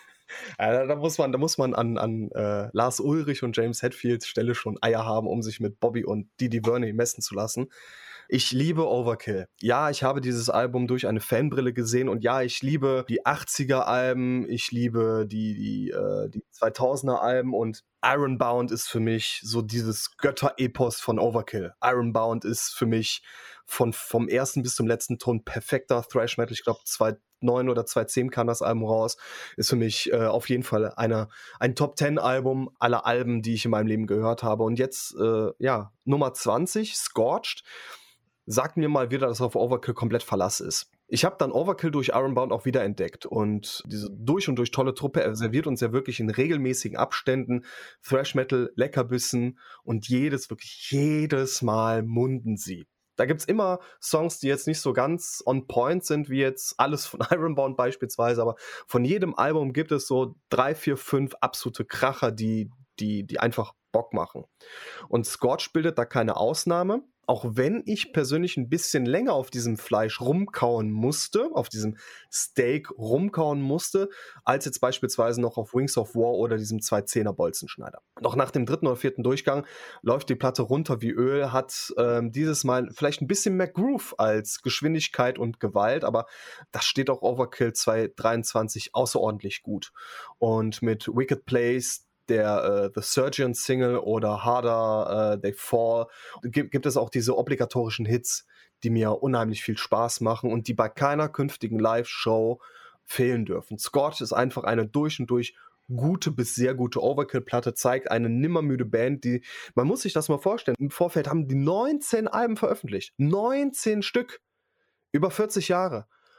Ja, da muss man, da muss man an, an äh, Lars Ulrich und James Hetfields Stelle schon Eier haben, um sich mit Bobby und Didi Verney messen zu lassen. Ich liebe Overkill. Ja, ich habe dieses Album durch eine Fanbrille gesehen und ja, ich liebe die achtziger-Alben, ich liebe die, die, äh, die zweitausender-Alben und Ironbound ist für mich so dieses Götter-Epos von Overkill. Ironbound ist für mich von, vom ersten bis zum letzten Ton perfekter Thrash-Metal. Ich glaube, zweitausendneun oder zweitausendzehn kam das Album raus. Ist für mich äh, auf jeden Fall eine, ein Top-Zehn-Album aller Alben, die ich in meinem Leben gehört habe. Und jetzt, äh, ja, Nummer zwanzig, Scorched. Sagt mir mal wieder, dass auf Overkill komplett Verlass ist. Ich habe dann Overkill durch Ironbound auch wieder entdeckt und diese durch und durch tolle Truppe er serviert uns ja wirklich in regelmäßigen Abständen Thrash Metal, Leckerbissen und jedes, wirklich jedes Mal munden sie. Da gibt's immer Songs, die jetzt nicht so ganz on point sind, wie jetzt alles von Ironbound beispielsweise, aber von jedem Album gibt es so drei, vier, fünf absolute Kracher, die, die, die einfach Bock machen. Und Scorch bildet da keine Ausnahme. Auch wenn ich persönlich ein bisschen länger auf diesem Fleisch rumkauen musste, auf diesem Steak rumkauen musste, als jetzt beispielsweise noch auf Wings of War oder diesem zwei Zehner Bolzenschneider. Doch nach dem dritten oder vierten Durchgang läuft die Platte runter wie Öl, hat ähm, dieses Mal vielleicht ein bisschen mehr Groove als Geschwindigkeit und Gewalt, aber das steht auch Overkill zweitausenddreiundzwanzig außerordentlich gut. Und mit Wicked Place, der uh, The Surgeon Single oder Harder uh, They Fall, gibt, gibt es auch diese obligatorischen Hits, die mir unheimlich viel Spaß machen und die bei keiner künftigen Live-Show fehlen dürfen. Scorch ist einfach eine durch und durch gute bis sehr gute Overkill-Platte, zeigt eine nimmermüde Band, die, man muss sich das mal vorstellen, im Vorfeld haben die neunzehn Alben veröffentlicht. neunzehn Stück. Über vierzig Jahre.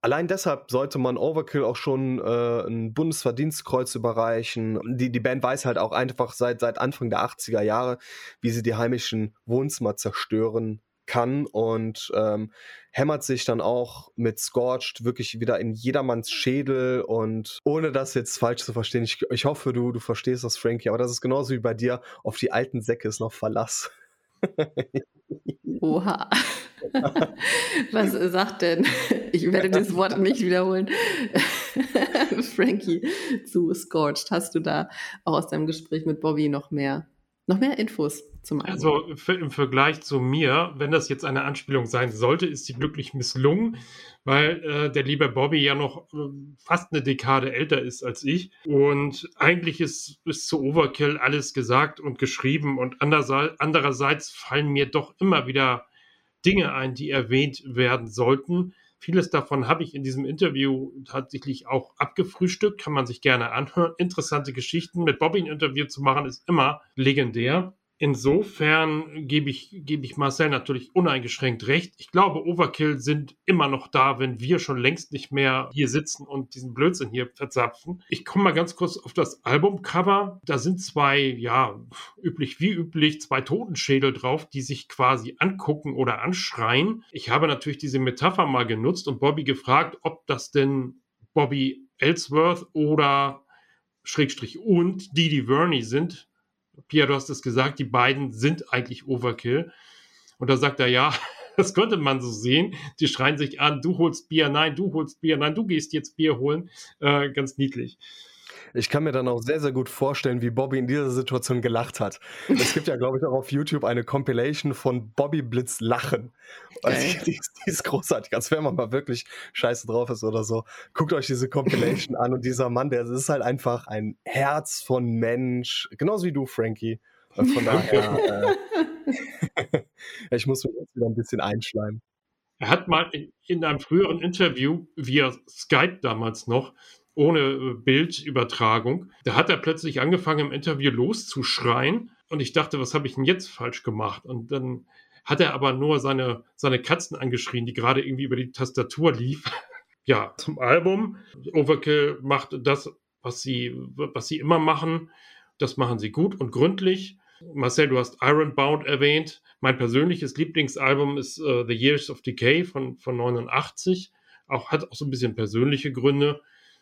Allein deshalb sollte man Overkill auch schon äh, ein Bundesverdienstkreuz überreichen. Die, die Band weiß halt auch einfach seit, seit Anfang der achtziger Jahre, wie sie die heimischen Wohnzimmer zerstören kann und ähm, hämmert sich dann auch mit Scorched wirklich wieder in jedermanns Schädel und ohne das jetzt falsch zu verstehen, ich, ich hoffe, du, du verstehst das, Frankie, aber das ist genauso wie bei dir, auf die alten Säcke ist noch Verlass. Oha. Was sagt denn, ich werde das Wort nicht wiederholen, Frankie zu Scorched? Hast du da auch aus deinem Gespräch mit Bobby noch mehr, noch mehr Infos zum Album? Also für, im Vergleich zu mir, wenn das jetzt eine Anspielung sein sollte, ist sie glücklich misslungen, weil äh, der liebe Bobby ja noch äh, fast eine Dekade älter ist als ich. Und eigentlich ist bis zu Overkill alles gesagt und geschrieben. Und andererseits, andererseits fallen mir doch immer wieder Dinge ein, die erwähnt werden sollten. Vieles davon habe ich in diesem Interview tatsächlich auch abgefrühstückt, kann man sich gerne anhören. Interessante Geschichten. Mit Bobby ein Interview zu machen, ist immer legendär. Insofern gebe ich, gebe ich Marcel natürlich uneingeschränkt recht. Ich glaube, Overkill sind immer noch da, wenn wir schon längst nicht mehr hier sitzen und diesen Blödsinn hier verzapfen. Ich komme mal ganz kurz auf das Albumcover. Da sind zwei, ja, üblich wie üblich, zwei Totenschädel drauf, die sich quasi angucken oder anschreien. Ich habe natürlich diese Metapher mal genutzt und Bobby gefragt, ob das denn Bobby Ellsworth oder Schrägstrich und Didi Verney sind. Pia, du hast es gesagt, die beiden sind eigentlich Overkill. Und da sagt er, ja, das könnte man so sehen. Die schreien sich an, du holst Bier, nein, du holst Bier, nein, du gehst jetzt Bier holen. Äh, ganz niedlich. Ich kann mir dann auch sehr, sehr gut vorstellen, wie Bobby in dieser Situation gelacht hat. Es gibt ja, glaube ich, auch auf YouTube eine Compilation von Bobby Blitz Lachen. Also, die, ist, die ist großartig. Als wenn man mal wirklich scheiße drauf ist oder so. Guckt euch diese Compilation an und dieser Mann, der ist halt einfach ein Herz von Mensch. Genauso wie du, Frankie. Und von daher, äh, ich muss mich jetzt wieder ein bisschen einschleimen. Er hat mal in einem früheren Interview via Skype damals noch, ohne Bildübertragung, da hat er plötzlich angefangen, im Interview loszuschreien. Und ich dachte, was habe ich denn jetzt falsch gemacht? Und dann hat er aber nur seine, seine Katzen angeschrien, die gerade irgendwie über die Tastatur lief. Ja, zum Album. Overkill macht das, was sie, was sie immer machen. Das machen sie gut und gründlich. Marcel, du hast Ironbound erwähnt. Mein persönliches Lieblingsalbum ist uh, The Years of Decay von, von neunundachtzig. Auch, hat auch so ein bisschen persönliche Gründe.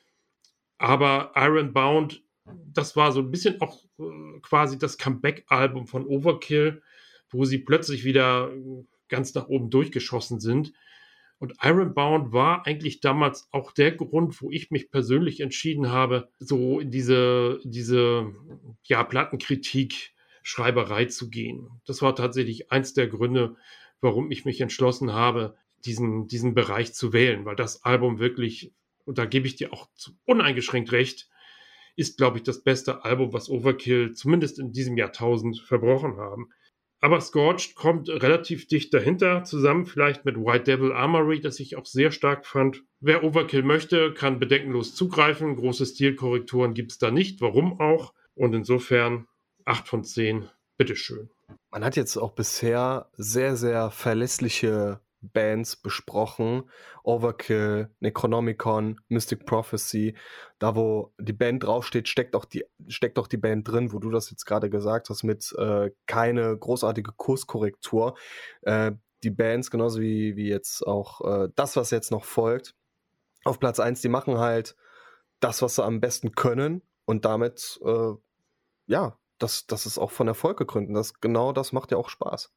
Aber Ironbound, das war so ein bisschen auch äh, quasi das Comeback-Album von Overkill, wo sie plötzlich wieder ganz nach oben durchgeschossen sind. Und Ironbound war eigentlich damals auch der Grund, wo ich mich persönlich entschieden habe, so in diese, diese ja, Plattenkritik-Schreiberei zu gehen. Das war tatsächlich eins der Gründe, warum ich mich entschlossen habe, diesen, diesen Bereich zu wählen, weil das Album wirklich, und da gebe ich dir auch uneingeschränkt recht, ist, glaube ich, das beste Album, was Overkill zumindest in diesem Jahrtausend verbrochen haben. Aber Scorched kommt relativ dicht dahinter, zusammen vielleicht mit White Devil Armory, das ich auch sehr stark fand. Wer Overkill möchte, kann bedenkenlos zugreifen. Große Stilkorrekturen gibt es da nicht, warum auch. Und insofern acht von zehn, bitteschön. Man hat jetzt auch bisher sehr, sehr verlässliche Bands besprochen. Overkill, Necronomicon, Mystic Prophecy. Da, wo die Band draufsteht, steckt auch die, steckt auch die Band drin, wo du das jetzt gerade gesagt hast, mit äh, keine großartige Kurskorrektur. Äh, die Bands, genauso wie, wie jetzt auch äh, das, was jetzt noch folgt, auf Platz eins, die machen halt das, was sie am besten können und damit, äh, ja, das, das ist auch von Erfolg gegründet. Das, genau das macht ja auch Spaß.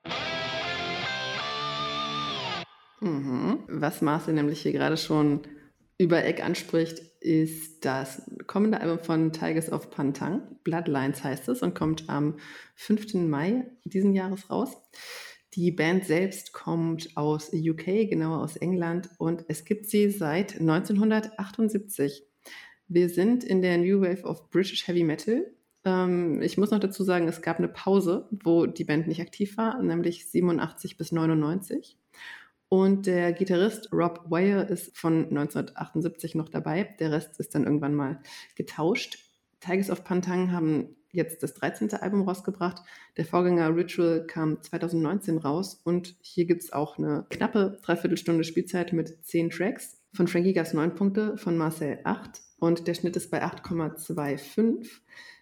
Mhm. Was Marcel nämlich hier gerade schon über Eck anspricht, ist das kommende Album von Tigers of Pantang. Bloodlines heißt es und kommt am fünften Mai diesen Jahres raus. Die Band selbst kommt aus U K, genauer aus England, und es gibt sie seit neunzehnhundertachtundsiebzig. Wir sind in der New Wave of British Heavy Metal. Ähm, ich muss noch dazu sagen, es gab eine Pause, wo die Band nicht aktiv war, nämlich siebenundachtzig bis neunundneunzig. Und der Gitarrist Rob Weir ist von neunzehnhundertachtundsiebzig noch dabei. Der Rest ist dann irgendwann mal getauscht. Tigers of Pantang haben jetzt das dreizehnte Album rausgebracht. Der Vorgänger Ritual kam zweitausendneunzehn raus. Und hier gibt es auch eine knappe Dreiviertelstunde Spielzeit mit zehn Tracks. Von Frankie gab es neun Punkte, von Marcel acht und der Schnitt ist bei acht Komma fünfundzwanzig.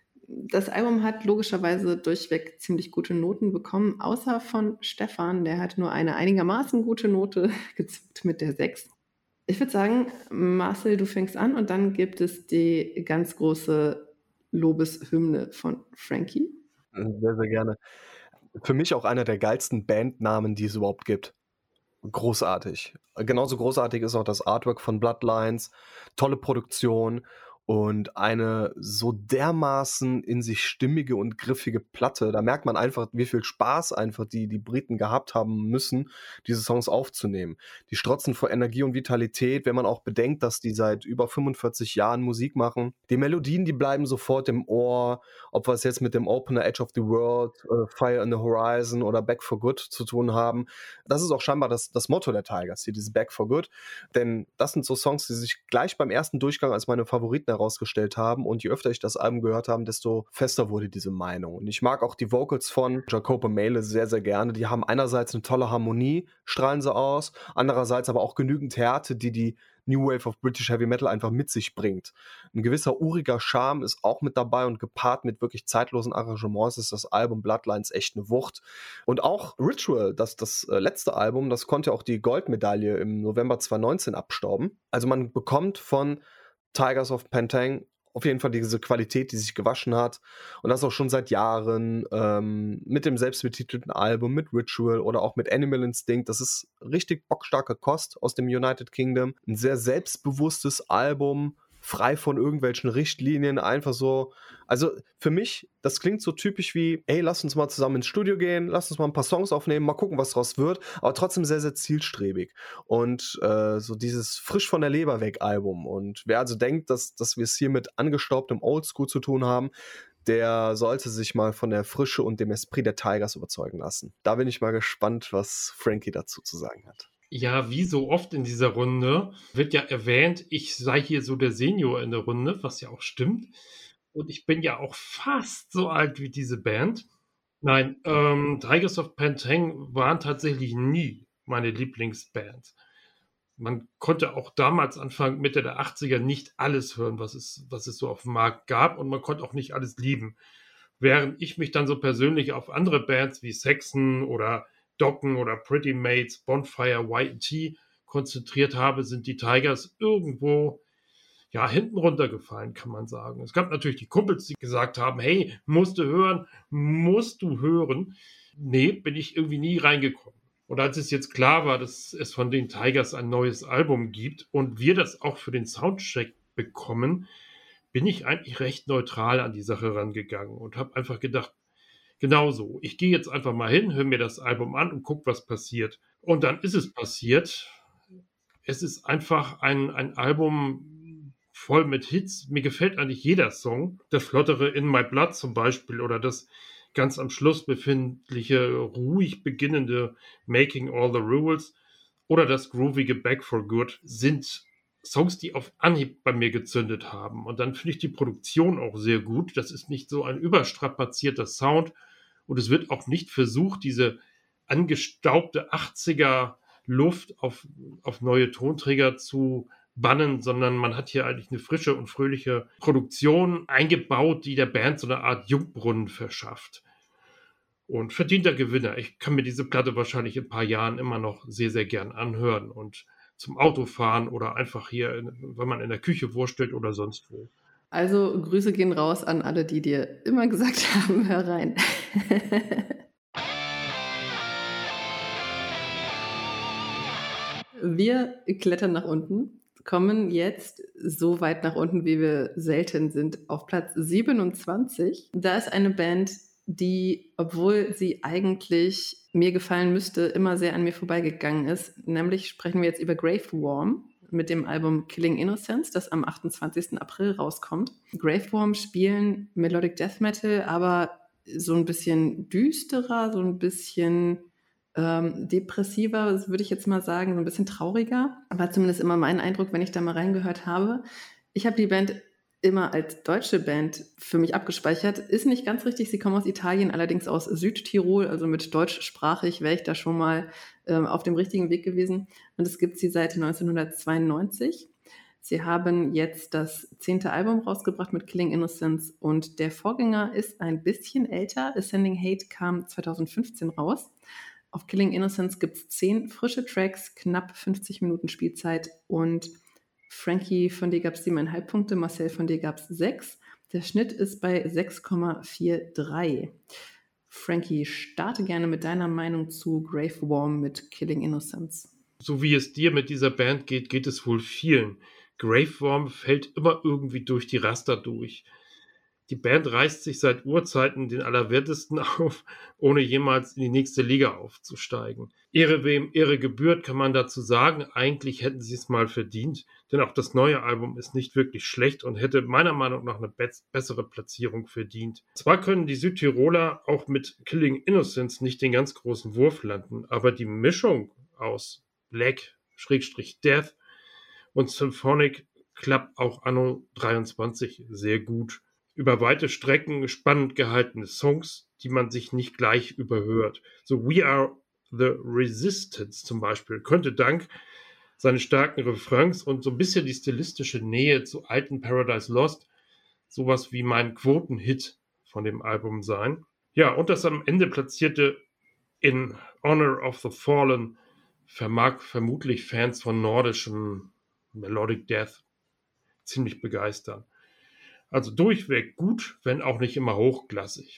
Das Album hat logischerweise durchweg ziemlich gute Noten bekommen, außer von Stefan, der hat nur eine einigermaßen gute Note gezückt mit der sechs. Ich würde sagen, Marcel, du fängst an und dann gibt es die ganz große Lobeshymne von Frankie. Sehr, sehr gerne. Für mich auch einer der geilsten Bandnamen, die es überhaupt gibt. Großartig. Genauso großartig ist auch das Artwork von Bloodlines. Tolle Produktion und eine so dermaßen in sich stimmige und griffige Platte. Da merkt man einfach, wie viel Spaß einfach die, die Briten gehabt haben müssen, diese Songs aufzunehmen. Die strotzen vor Energie und Vitalität, wenn man auch bedenkt, dass die seit über fünfundvierzig Jahren Musik machen. Die Melodien, die bleiben sofort im Ohr, ob wir es jetzt mit dem Opener Edge of the World, äh, Fire in the Horizon oder Back for Good zu tun haben. Das ist auch scheinbar das, das Motto der Tigers hier, dieses Back for Good. Denn das sind so Songs, die sich gleich beim ersten Durchgang als meine Favoriten herausgestellt haben. Und je öfter ich das Album gehört habe, desto fester wurde diese Meinung. Und ich mag auch die Vocals von Jacopo Mele sehr, sehr gerne. Die haben einerseits eine tolle Harmonie, strahlen sie aus, andererseits aber auch genügend Härte, die die New Wave of British Heavy Metal einfach mit sich bringt. Ein gewisser uriger Charme ist auch mit dabei und gepaart mit wirklich zeitlosen Arrangements ist das Album Bloodlines echt eine Wucht. Und auch Ritual, das, das äh, letzte Album, das konnte auch die Goldmedaille im November zwanzig neunzehn abstauben. Also man bekommt von Tigers of Pantang auf jeden Fall diese Qualität, die sich gewaschen hat. Und das auch schon seit Jahren ähm, mit dem selbstbetitelten Album, mit Ritual oder auch mit Animal Instinct. Das ist richtig bockstarke Kost aus dem United Kingdom. Ein sehr selbstbewusstes Album, frei von irgendwelchen Richtlinien, einfach so. Also für mich, das klingt so typisch wie, ey, lass uns mal zusammen ins Studio gehen, lass uns mal ein paar Songs aufnehmen, mal gucken, was draus wird, aber trotzdem sehr, sehr zielstrebig. Und äh, so dieses frisch von der Leber weg Album. Und wer also denkt, dass, dass wir es hier mit angestaubtem Oldschool zu tun haben, der sollte sich mal von der Frische und dem Esprit der Tigers überzeugen lassen. Da bin ich mal gespannt, was Frankie dazu zu sagen hat. Ja, wie so oft in dieser Runde wird ja erwähnt, ich sei hier so der Senior in der Runde, was ja auch stimmt. Und ich bin ja auch fast so alt wie diese Band. Nein, ähm, Tigers of Pantang waren tatsächlich nie meine Lieblingsband. Man konnte auch damals, Anfang, Mitte der achtziger, nicht alles hören, was es, was es so auf dem Markt gab. Und man konnte auch nicht alles lieben. Während ich mich dann so persönlich auf andere Bands wie Saxon oder Dokken oder Pretty Mates, Bonfire, Y and T konzentriert habe, sind die Tigers irgendwo ja hinten runtergefallen, kann man sagen. Es gab natürlich die Kumpels, die gesagt haben, hey, musst du hören, musst du hören. Nee, bin ich irgendwie nie reingekommen. Und als es jetzt klar war, dass es von den Tigers ein neues Album gibt und wir das auch für den Soundcheck bekommen, bin ich eigentlich recht neutral an die Sache rangegangen und habe einfach gedacht, genauso, ich gehe jetzt einfach mal hin, höre mir das Album an und gucke, was passiert. Und dann ist es passiert. Es ist einfach ein, ein Album voll mit Hits. Mir gefällt eigentlich jeder Song. Das flottere In My Blood zum Beispiel oder das ganz am Schluss befindliche, ruhig beginnende Making All the Rules oder das groovige Back for Good sind Songs, die auf Anhieb bei mir gezündet haben. Und dann finde ich die Produktion auch sehr gut. Das ist nicht so ein überstrapazierter Sound. Und es wird auch nicht versucht, diese angestaubte achtziger Luft auf, auf neue Tonträger zu bannen, sondern man hat hier eigentlich eine frische und fröhliche Produktion eingebaut, die der Band so eine Art Jungbrunnen verschafft. Und verdienter Gewinner. Ich kann mir diese Platte wahrscheinlich in ein paar Jahren immer noch sehr, sehr gern anhören und zum Autofahren oder einfach hier, wenn man in der Küche wurstelt oder sonst wo. Also Grüße gehen raus an alle, die dir immer gesagt haben, hör rein. Wir klettern nach unten, kommen jetzt so weit nach unten, wie wir selten sind, auf Platz siebenundzwanzig. Da ist eine Band, die, obwohl sie eigentlich mir gefallen müsste, immer sehr an mir vorbeigegangen ist. Nämlich sprechen wir jetzt über Graveworm mit dem Album Killing Innocence, das am achtundzwanzigsten April rauskommt. Graveworm spielen Melodic Death Metal, aber so ein bisschen düsterer, so ein bisschen ähm, depressiver, würde ich jetzt mal sagen, so ein bisschen trauriger. War zumindest immer mein Eindruck, wenn ich da mal reingehört habe. Ich habe die Band immer als deutsche Band für mich abgespeichert. Ist nicht ganz richtig, sie kommen aus Italien, allerdings aus Südtirol, also mit deutschsprachig wäre ich da schon mal ähm, auf dem richtigen Weg gewesen. Und es gibt sie seit neunzehnhundertzweiundneunzig. Sie haben jetzt das zehnte Album rausgebracht mit Killing Innocence und der Vorgänger ist ein bisschen älter. Ascending Hate kam zweitausendfünfzehn raus. Auf Killing Innocence gibt es zehn frische Tracks, knapp fünfzig Minuten Spielzeit und Frankie, von dir gab es siebeneinhalb Punkte, Marcel, von dir gab es sechs. Der Schnitt ist bei sechs Komma dreiundvierzig. Frankie, starte gerne mit deiner Meinung zu Graveworm mit Killing Innocence. So wie es dir mit dieser Band geht, geht es wohl vielen. Graveworm fällt immer irgendwie durch die Raster durch. Die Band reißt sich seit Urzeiten den Allerwertesten auf, ohne jemals in die nächste Liga aufzusteigen. Ehre wem Ehre gebührt, kann man dazu sagen. Eigentlich hätten sie es mal verdient, denn auch das neue Album ist nicht wirklich schlecht und hätte meiner Meinung nach eine be- bessere Platzierung verdient. Zwar können die Südtiroler auch mit Killing Innocence nicht den ganz großen Wurf landen, aber die Mischung aus Black, Schrägstrich Death und Symphonic klappt auch anno dreiundzwanzig sehr gut. Über weite Strecken spannend gehaltene Songs, die man sich nicht gleich überhört. So We Are the Resistance zum Beispiel könnte dank seines starken Refrains und so ein bisschen die stilistische Nähe zu alten Paradise Lost sowas wie mein Quotenhit von dem Album sein. Ja, und das am Ende platzierte In Honor of the Fallen vermag vermutlich Fans von nordischem Melodic Death ziemlich begeistern. Also durchweg gut, wenn auch nicht immer hochklassig.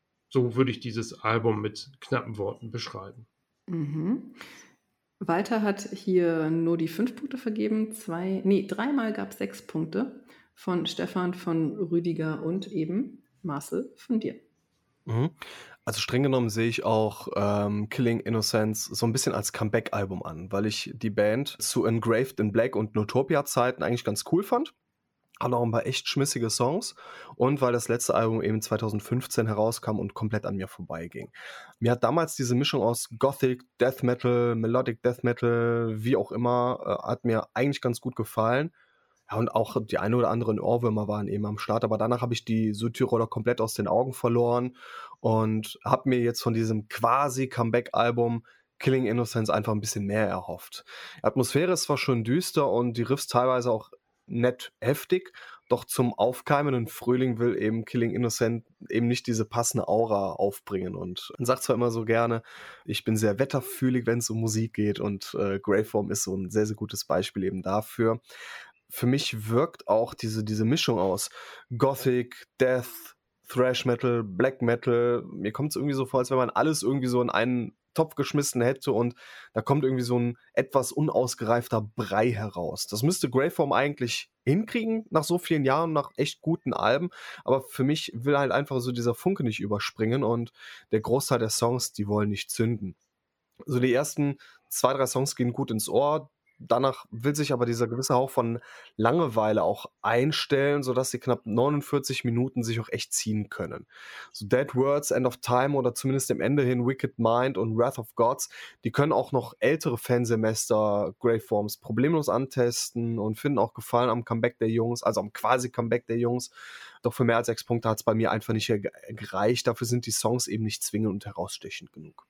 So würde ich dieses Album mit knappen Worten beschreiben. Mhm. Walter hat hier nur die fünf Punkte vergeben. Zwei, nee, dreimal gab es sechs Punkte von Stefan, von Rüdiger und eben Marcel von dir. Mhm. Also streng genommen sehe ich auch ähm, Killing Innocence so ein bisschen als Comeback-Album an, weil ich die Band zu Engraved in Black und Notopia-Zeiten eigentlich ganz cool fand. Hat auch ein paar echt schmissige Songs und weil das letzte Album eben zweitausendfünfzehn herauskam und komplett an mir vorbeiging. Mir hat damals diese Mischung aus Gothic, Death Metal, Melodic Death Metal, wie auch immer, äh, hat mir eigentlich ganz gut gefallen. Ja, und auch die ein oder anderen Ohrwürmer waren eben am Start, aber danach habe ich die Südtiroler komplett aus den Augen verloren und habe mir jetzt von diesem quasi Comeback-Album Killing Innocence einfach ein bisschen mehr erhofft. Die Atmosphäre ist zwar schon düster und die Riffs teilweise auch nett heftig, doch zum aufkeimenden Frühling will eben Killing Innocent eben nicht diese passende Aura aufbringen und man sagt zwar immer so gerne, ich bin sehr wetterfühlig, wenn es um Musik geht und äh, Graveworm ist so ein sehr, sehr gutes Beispiel eben dafür. Für mich wirkt auch diese, diese Mischung aus Gothic, Death, Thrash Metal, Black Metal, mir kommt es irgendwie so vor, als wenn man alles irgendwie so in einen Topf geschmissen hätte und da kommt irgendwie so ein etwas unausgereifter Brei heraus. Das müsste Graveworm eigentlich hinkriegen nach so vielen Jahren, nach echt guten Alben, aber für mich will halt einfach so dieser Funke nicht überspringen und der Großteil der Songs, die wollen nicht zünden. So die ersten zwei, drei Songs gehen gut ins Ohr, danach will sich aber dieser gewisse Hauch von Langeweile auch einstellen, sodass sie knapp neunundvierzig Minuten sich auch echt ziehen können. So Dead Words, End of Time oder zumindest dem Ende hin Wicked Mind und Wrath of Gods, die können auch noch ältere Fansemester Graveworms problemlos antesten und finden auch Gefallen am Comeback der Jungs, also am quasi Comeback der Jungs. Doch für mehr als sechs Punkte hat es bei mir einfach nicht gereicht. Dafür sind die Songs eben nicht zwingend und herausstechend genug.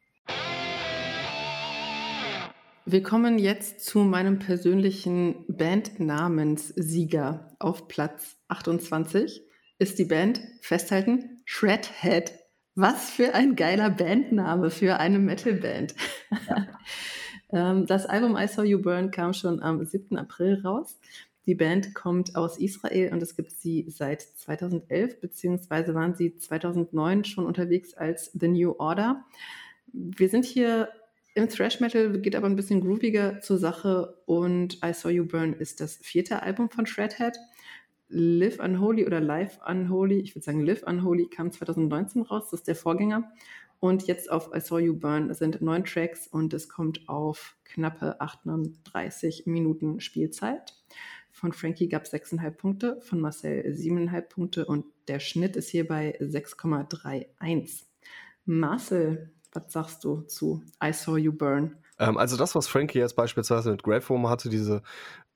Wir kommen jetzt zu meinem persönlichen Bandnamenssieger. Auf Platz achtundzwanzig ist die Band, festhalten, Shredhead. Was für ein geiler Bandname für eine Metalband. Ja. Das Album I Saw You Burn kam schon am siebten April raus. Die Band kommt aus Israel und es gibt sie seit zweitausendelf, beziehungsweise waren sie zweitausendneun schon unterwegs als The New Order. Wir sind hier im Thrash Metal, geht aber ein bisschen grooviger zur Sache und I Saw You Burn ist das vierte Album von Shredhead. Live Unholy oder Live Unholy, ich würde sagen Live Unholy, kam zweitausendneunzehn raus, das ist der Vorgänger. Und jetzt auf I Saw You Burn sind neun Tracks und es kommt auf knappe achtunddreißig Minuten Spielzeit. Von Frankie gab es sechs Komma fünf Punkte, von Marcel sieben Komma fünf Punkte und der Schnitt ist hier bei sechs Komma einunddreißig. Marcel, was sagst du zu I Saw You Burn? Ähm, also das, was Frankie jetzt beispielsweise mit Graveworm hatte, diese,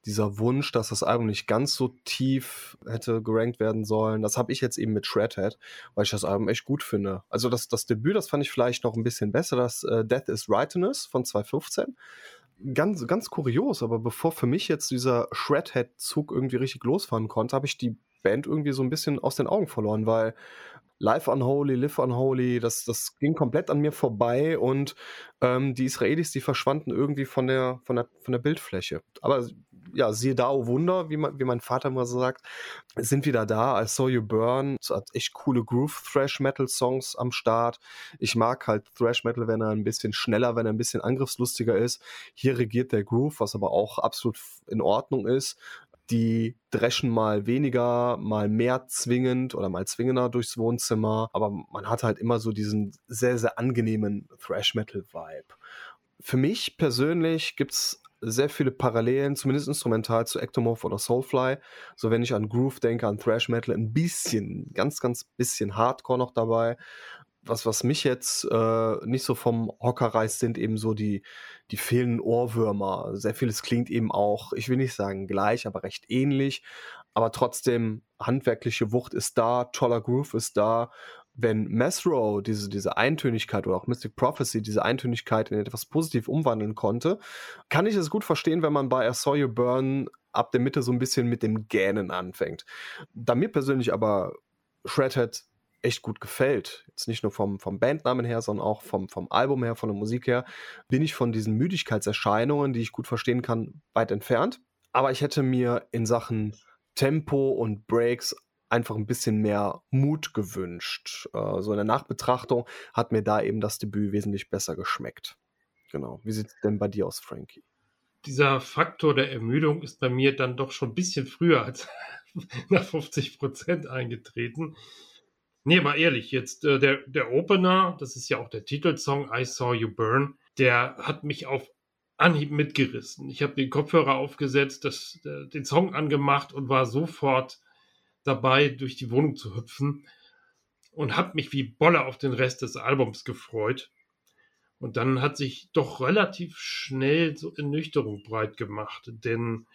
dieser Wunsch, dass das Album nicht ganz so tief hätte gerankt werden sollen, das habe ich jetzt eben mit Shredhead, weil ich das Album echt gut finde. Also das, das Debüt, das fand ich vielleicht noch ein bisschen besser, das äh, Death is Righteousness von zwanzig fünfzehn. Ganz, ganz kurios, aber bevor für mich jetzt dieser Shredhead-Zug irgendwie richtig losfahren konnte, habe ich die Band irgendwie so ein bisschen aus den Augen verloren, weil Live Unholy, Live Unholy, das, das ging komplett an mir vorbei und ähm, die Israelis, die verschwanden irgendwie von der, von der, von der Bildfläche. Aber ja, siehe da, oh Wunder, wie, man, wie mein Vater mal so sagt, sind wieder da. I Saw You Burn, es hat echt coole Groove-Thrash-Metal-Songs am Start. Ich mag halt Thrash-Metal, wenn er ein bisschen schneller, wenn er ein bisschen angriffslustiger ist. Hier regiert der Groove, was aber auch absolut in Ordnung ist. Die dreschen mal weniger, mal mehr zwingend oder mal zwingender durchs Wohnzimmer. Aber man hat halt immer so diesen sehr, sehr angenehmen Thrash-Metal-Vibe. Für mich persönlich gibt's sehr viele Parallelen, zumindest instrumental, zu Ectomorph oder Soulfly. So, wenn ich an Groove denke, an Thrash-Metal, ein bisschen, ganz, ganz bisschen Hardcore noch dabei. Was, was mich jetzt äh, nicht so vom Hocker reißt, sind eben so die, die fehlenden Ohrwürmer. Sehr vieles klingt eben auch, ich will nicht sagen gleich, aber recht ähnlich. Aber trotzdem, handwerkliche Wucht ist da, toller Groove ist da. Wenn Mesro diese, diese Eintönigkeit oder auch Mystic Prophecy diese Eintönigkeit in etwas positiv umwandeln konnte, kann ich es gut verstehen, wenn man bei I Saw You Burn ab der Mitte so ein bisschen mit dem Gähnen anfängt. Da mir persönlich aber Shredhead echt gut gefällt, jetzt nicht nur vom, vom Bandnamen her, sondern auch vom, vom Album her, von der Musik her, bin ich von diesen Müdigkeitserscheinungen, die ich gut verstehen kann, weit entfernt. Aber ich hätte mir in Sachen Tempo und Breaks einfach ein bisschen mehr Mut gewünscht. Äh, so in der Nachbetrachtung hat mir da eben das Debüt wesentlich besser geschmeckt. Genau. Wie sieht es denn bei dir aus, Frankie? Dieser Faktor der Ermüdung ist bei mir dann doch schon ein bisschen früher als nach fünfzig Prozent eingetreten. Nee, mal ehrlich, jetzt äh, der, der Opener, das ist ja auch der Titelsong, I Saw You Burn, der hat mich auf Anhieb mitgerissen. Ich habe den Kopfhörer aufgesetzt, das, äh, den Song angemacht und war sofort dabei, durch die Wohnung zu hüpfen und habe mich wie Bolle auf den Rest des Albums gefreut. Und dann hat sich doch relativ schnell so Ernüchterung breit gemacht, denn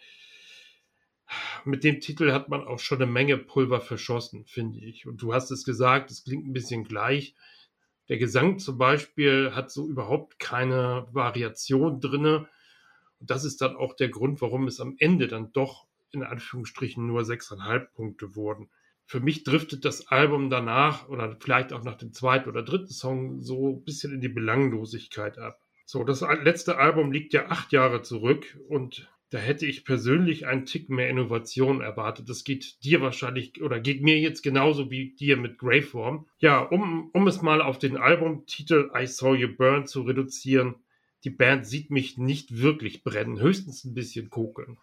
mit dem Titel hat man auch schon eine Menge Pulver verschossen, finde ich. Und du hast es gesagt, es klingt ein bisschen gleich. Der Gesang zum Beispiel hat so überhaupt keine Variation drinne. Und das ist dann auch der Grund, warum es am Ende dann doch in Anführungsstrichen nur sechseinhalb Punkte wurden. Für mich driftet das Album danach oder vielleicht auch nach dem zweiten oder dritten Song so ein bisschen in die Belanglosigkeit ab. So, das letzte Album liegt ja acht Jahre zurück und da hätte ich persönlich einen Tick mehr Innovation erwartet. Das geht dir wahrscheinlich oder geht mir jetzt genauso wie dir mit Graveworm. Ja, um, um es mal auf den Albumtitel I Saw You Burn zu reduzieren, die Band sieht mich nicht wirklich brennen, höchstens ein bisschen kokeln.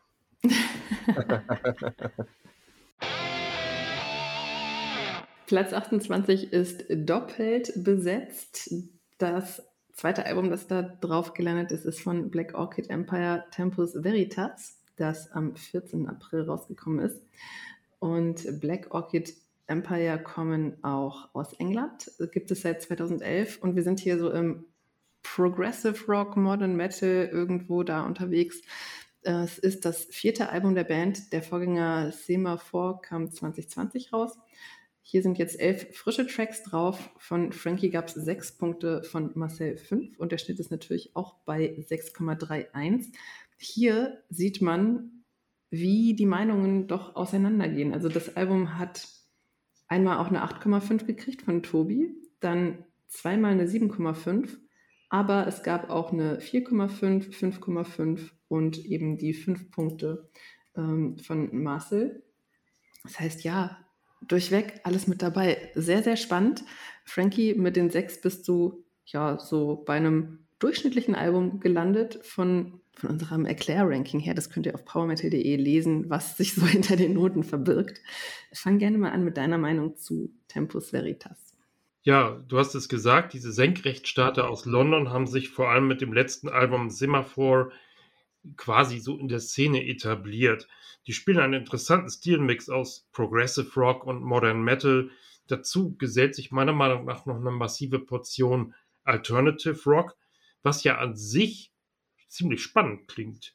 Platz achtundzwanzig ist doppelt besetzt. Das zweite Album, das da drauf gelandet ist, ist von Black Orchid Empire, Tempus Veritas, das am vierzehnten April rausgekommen ist. Und Black Orchid Empire kommen auch aus England, gibt es seit zweitausendelf und wir sind hier so im Progressive Rock, Modern Metal irgendwo da unterwegs. Es ist das vierte Album der Band. Der Vorgänger Semaphore kam zwanzig zwanzig raus. Hier sind jetzt elf frische Tracks drauf. Von Frankie gab es sechs Punkte, von Marcel fünf und der Schnitt ist natürlich auch bei sechs Komma einunddreißig. Hier sieht man, wie die Meinungen doch auseinandergehen. Also das Album hat einmal auch eine acht Komma fünf gekriegt von Tobi, dann zweimal eine sieben Komma fünf, aber es gab auch eine vier Komma fünf, fünf Komma fünf und eben die fünf Punkte ähm, von Marcel. Das heißt, ja, durchweg alles mit dabei. Sehr, sehr spannend. Frankie, mit den sechs bist du ja so bei einem durchschnittlichen Album gelandet von, von unserem Erklär-Ranking her. Das könnt ihr auf powermetal punkt de lesen, was sich so hinter den Noten verbirgt. Fang gerne mal an mit deiner Meinung zu Tempus Veritas. Ja, du hast es gesagt, diese Senkrechtstarter aus London haben sich vor allem mit dem letzten Album Semaphore quasi so in der Szene etabliert. Die spielen einen interessanten Stilmix aus Progressive Rock und Modern Metal. Dazu gesellt sich meiner Meinung nach noch eine massive Portion Alternative Rock, was ja an sich ziemlich spannend klingt.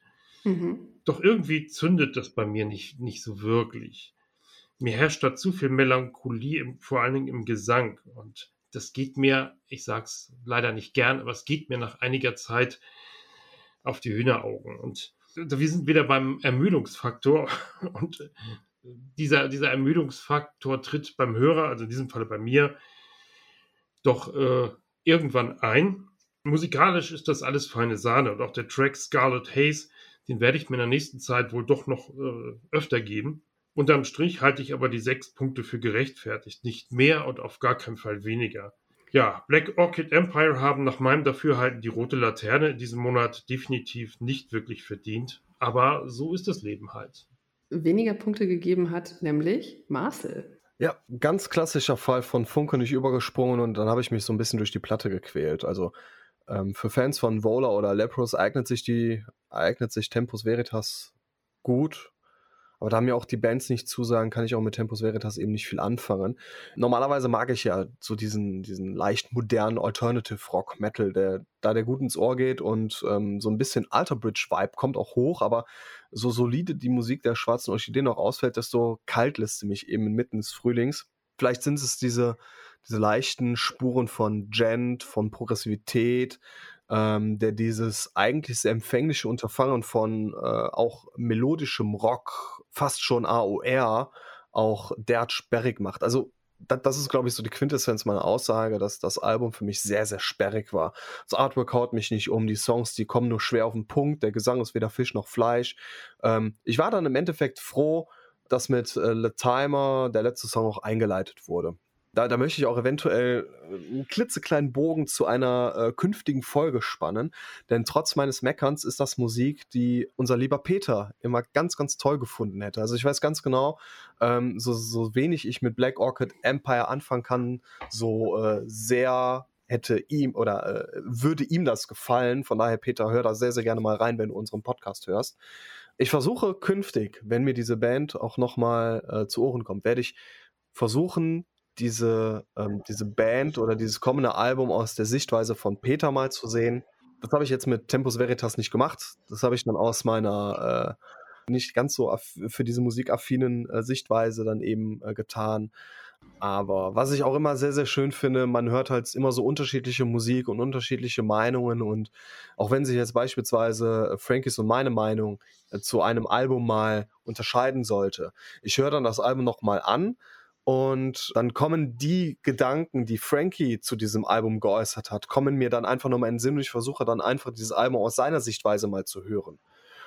Mhm. Doch irgendwie zündet das bei mir nicht, nicht so wirklich. Mir herrscht da zu viel Melancholie, im, vor allen Dingen im Gesang. Und das geht mir, ich sag's leider nicht gern, aber es geht mir nach einiger Zeit auf die Hühneraugen. Und wir sind wieder beim Ermüdungsfaktor. Und dieser, dieser Ermüdungsfaktor tritt beim Hörer, also in diesem Falle bei mir, doch äh, irgendwann ein. Musikalisch ist das alles feine Sahne. Und auch der Track Scarlet Haze, den werde ich mir in der nächsten Zeit wohl doch noch äh, öfter geben. Unterm Strich halte ich aber die sechs Punkte für gerechtfertigt. Nicht mehr und auf gar keinen Fall weniger. Ja, Black Orchid Empire haben nach meinem Dafürhalten die rote Laterne in diesem Monat definitiv nicht wirklich verdient. Aber so ist das Leben halt. Weniger Punkte gegeben hat, nämlich Marcel. Ja, ganz klassischer Fall von Funke nicht übergesprungen und dann habe ich mich so ein bisschen durch die Platte gequält. Also ähm, für Fans von Vola oder Leprous eignet sich die, eignet sich Tempus Veritas gut. Aber da mir auch die Bands nicht zusagen, kann ich auch mit Tempus Veritas eben nicht viel anfangen. Normalerweise mag ich ja so diesen, diesen leicht modernen Alternative Rock Metal, der da der gut ins Ohr geht und ähm, so ein bisschen Alter Bridge Vibe kommt auch hoch, aber so solide die Musik der Schwarzen Orchideen auch ausfällt, desto kalt lässt sie mich eben inmitten des Frühlings. Vielleicht sind es diese, diese leichten Spuren von Gent, von Progressivität, ähm, der dieses eigentlich sehr empfängliche Unterfangen von äh, auch melodischem Rock, fast schon A O R, auch derart sperrig macht. Also das, das ist, glaube ich, so die Quintessenz meiner Aussage, dass das Album für mich sehr, sehr sperrig war. Das Artwork haut mich nicht um, die Songs, die kommen nur schwer auf den Punkt, der Gesang ist weder Fisch noch Fleisch. Ähm, ich war dann im Endeffekt froh, dass mit äh, The Timer der letzte Song auch eingeleitet wurde. Da, da möchte ich auch eventuell einen klitzekleinen Bogen zu einer äh, künftigen Folge spannen, denn trotz meines Meckerns ist das Musik, die unser lieber Peter immer ganz, ganz toll gefunden hätte. Also ich weiß ganz genau, ähm, so, so wenig ich mit Black Orchid Empire anfangen kann, so äh, sehr hätte ihm oder äh, würde ihm das gefallen. Von daher, Peter, hör da sehr, sehr gerne mal rein, wenn du unseren Podcast hörst. Ich versuche künftig, wenn mir diese Band auch nochmal äh, zu Ohren kommt, werde ich versuchen, diese, ähm, diese Band oder dieses kommende Album aus der Sichtweise von Peter mal zu sehen. Das habe ich jetzt mit Tempus Veritas nicht gemacht. Das habe ich dann aus meiner äh, nicht ganz so aff- für diese musikaffinen äh, Sichtweise dann eben äh, getan. Aber was ich auch immer sehr, sehr schön finde, man hört halt immer so unterschiedliche Musik und unterschiedliche Meinungen und auch wenn sich jetzt beispielsweise Frankies und meine Meinung äh, zu einem Album mal unterscheiden sollte, ich höre dann das Album nochmal an und dann kommen die Gedanken, die Frankie zu diesem Album geäußert hat, kommen mir dann einfach nochmal in den Sinn und ich versuche dann einfach dieses Album aus seiner Sichtweise mal zu hören.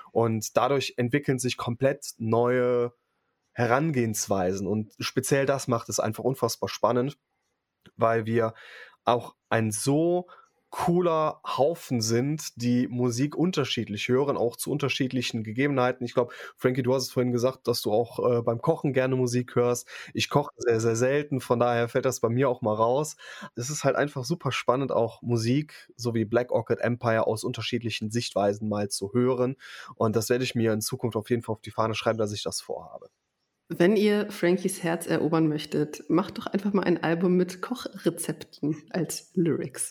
Und dadurch entwickeln sich komplett neue Herangehensweisen und speziell das macht es einfach unfassbar spannend, weil wir auch ein so cooler Haufen sind, die Musik unterschiedlich hören, auch zu unterschiedlichen Gegebenheiten. Ich glaube, Frankie, du hast es vorhin gesagt, dass du auch äh, beim Kochen gerne Musik hörst. Ich koche sehr, sehr selten, von daher fällt das bei mir auch mal raus. Es ist halt einfach super spannend, auch Musik, so wie Black Orchid Empire, aus unterschiedlichen Sichtweisen mal zu hören. Und das werde ich mir in Zukunft auf jeden Fall auf die Fahne schreiben, dass ich das vorhabe. Wenn ihr Frankies Herz erobern möchtet, macht doch einfach mal ein Album mit Kochrezepten als Lyrics.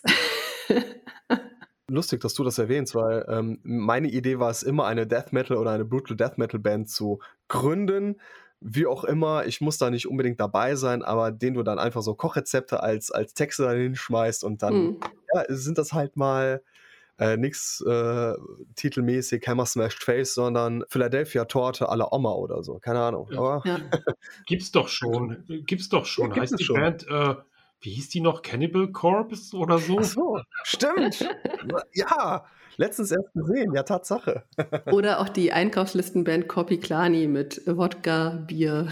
Lustig, dass du das erwähnst, weil ähm, meine Idee war es immer, eine Death Metal oder eine Brutal Death Metal Band zu gründen. Wie auch immer, ich muss da nicht unbedingt dabei sein, aber den du dann einfach so Kochrezepte als, als Texte dann hinschmeißt und dann Hm. ja, sind das halt mal äh, nix äh, titelmäßig Hammer Smashed Face, sondern Philadelphia Torte à la Oma oder so. Keine Ahnung. Ja. Aber Ja. Gibt's doch schon. Gibt's doch schon. Ja, gibt Heißt es die schon. Band, äh, wie hieß die noch? Cannibal Corpse oder so? Ach so, stimmt. Ja, letztens erst gesehen. Ja, Tatsache. Oder auch die Einkaufslistenband Corpi Klani mit Wodka, Bier.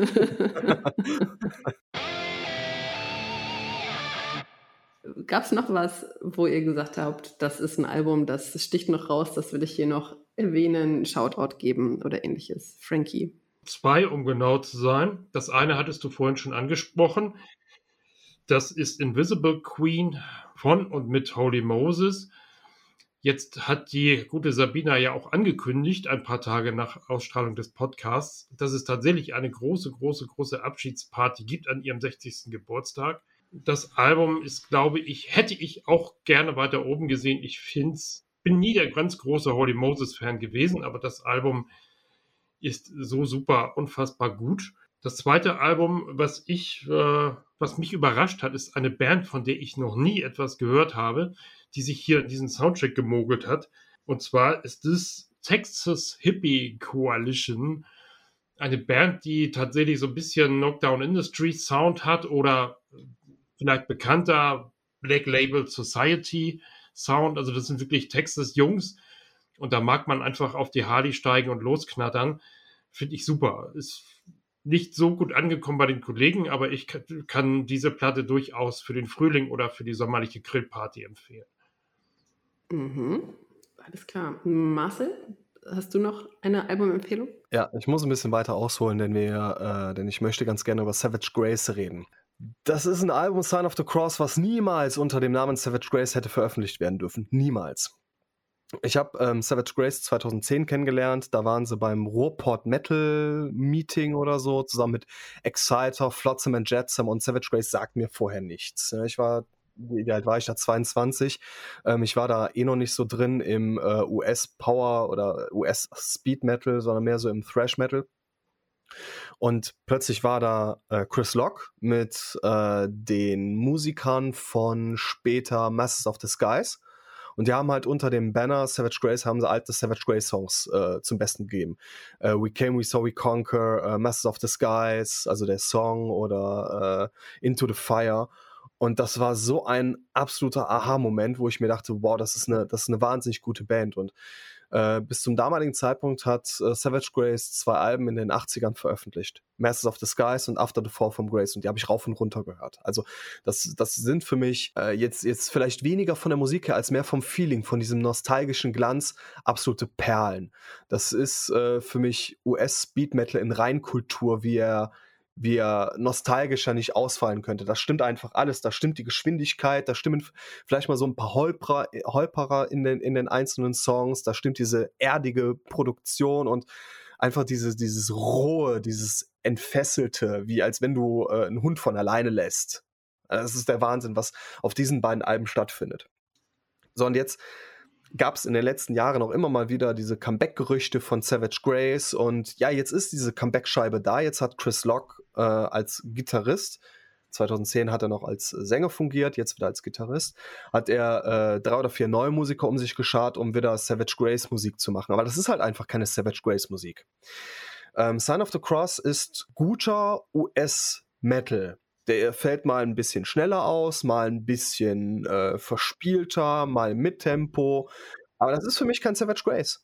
Gab es noch was, wo ihr gesagt habt, das ist ein Album, das sticht noch raus, das will ich hier noch erwähnen, Shoutout geben oder ähnliches? Frankie. Zwei, um genau zu sein. Das eine hattest du vorhin schon angesprochen. Das ist Invisible Queen von und mit Holy Moses. Jetzt hat die gute Sabina ja auch angekündigt, ein paar Tage nach Ausstrahlung des Podcasts, dass es tatsächlich eine große, große, große Abschiedsparty gibt an ihrem sechzigsten Geburtstag. Das Album ist, glaube ich, hätte ich auch gerne weiter oben gesehen. Ich finde es bin nie der ganz große Holy Moses-Fan gewesen, aber das Album ist so super, unfassbar gut. Das zweite Album, was ich, äh, was mich überrascht hat, ist eine Band, von der ich noch nie etwas gehört habe, die sich hier in diesen Soundtrack gemogelt hat. Und zwar ist es Texas Hippie Coalition, eine Band, die tatsächlich so ein bisschen Knockdown Industry Sound hat oder vielleicht bekannter Black Label Society Sound. Also das sind wirklich Texas Jungs und da mag man einfach auf die Harley steigen und losknattern. Finde ich super. Ist nicht so gut angekommen bei den Kollegen, aber ich kann diese Platte durchaus für den Frühling oder für die sommerliche Grillparty empfehlen. Mhm. Alles klar. Marcel, hast du noch eine Albumempfehlung? Ja, ich muss ein bisschen weiter ausholen, denn, wir, äh, denn ich möchte ganz gerne über Savage Grace reden. Das ist ein Album, Sign of the Cross, was niemals unter dem Namen Savage Grace hätte veröffentlicht werden dürfen. Niemals. Ich habe ähm, Savage Grace zweitausendzehn kennengelernt. Da waren sie beim Ruhrpott Metal Meeting oder so, zusammen mit Exciter, Flotsam and Jetsam, und Savage Grace sagt mir vorher nichts. Ich war, wie alt war ich da? zweiundzwanzig. Ähm, ich war da eh noch nicht so drin im äh, U S-Power oder U S-Speed Metal, sondern mehr so im Thrash Metal. Und plötzlich war da äh, Chris Lock mit äh, den Musikern von später Masters of the Skies. Und die haben halt unter dem Banner Savage Grace, haben sie alte Savage Grace Songs äh, zum Besten gegeben. Äh, We Came, We Saw, We Conquer, äh, Masters of the Skies, also der Song, oder äh, Into the Fire. Und das war so ein absoluter Aha-Moment, wo ich mir dachte, wow, das ist eine, das ist eine wahnsinnig gute Band. Und äh, bis zum damaligen Zeitpunkt hat äh, Savage Grace zwei Alben in den achtzigern veröffentlicht. Masters of the Skies und After the Fall from Grace. Und die habe ich rauf und runter gehört. Also das, das sind für mich äh, jetzt, jetzt vielleicht weniger von der Musik her, als mehr vom Feeling, von diesem nostalgischen Glanz, absolute Perlen. Das ist äh, für mich U S-Speed-Metal in Reinkultur, wie er wie er nostalgischer nicht ausfallen könnte. Das stimmt einfach alles. Da stimmt die Geschwindigkeit, da stimmen vielleicht mal so ein paar Holperer, Holperer in den, in den einzelnen Songs, da stimmt diese erdige Produktion und einfach dieses, dieses Rohe, dieses Entfesselte, wie als wenn du äh, einen Hund von alleine lässt. Das ist der Wahnsinn, was auf diesen beiden Alben stattfindet. So, und jetzt gab es in den letzten Jahren auch immer mal wieder diese Comeback-Gerüchte von Savage Grace, und ja, jetzt ist diese Comeback-Scheibe da. Jetzt hat Chris Lock äh, als Gitarrist, zweitausendzehn hat er noch als Sänger fungiert, jetzt wieder als Gitarrist, hat er äh, drei oder vier neue Musiker um sich geschart, um wieder Savage Grace Musik zu machen. Aber das ist halt einfach keine Savage Grace Musik. Ähm, Sign of the Cross ist guter U S-Metal. Der fällt mal ein bisschen schneller aus, mal ein bisschen äh, verspielter, mal mit Tempo. Aber das ist für mich kein Savage Grace.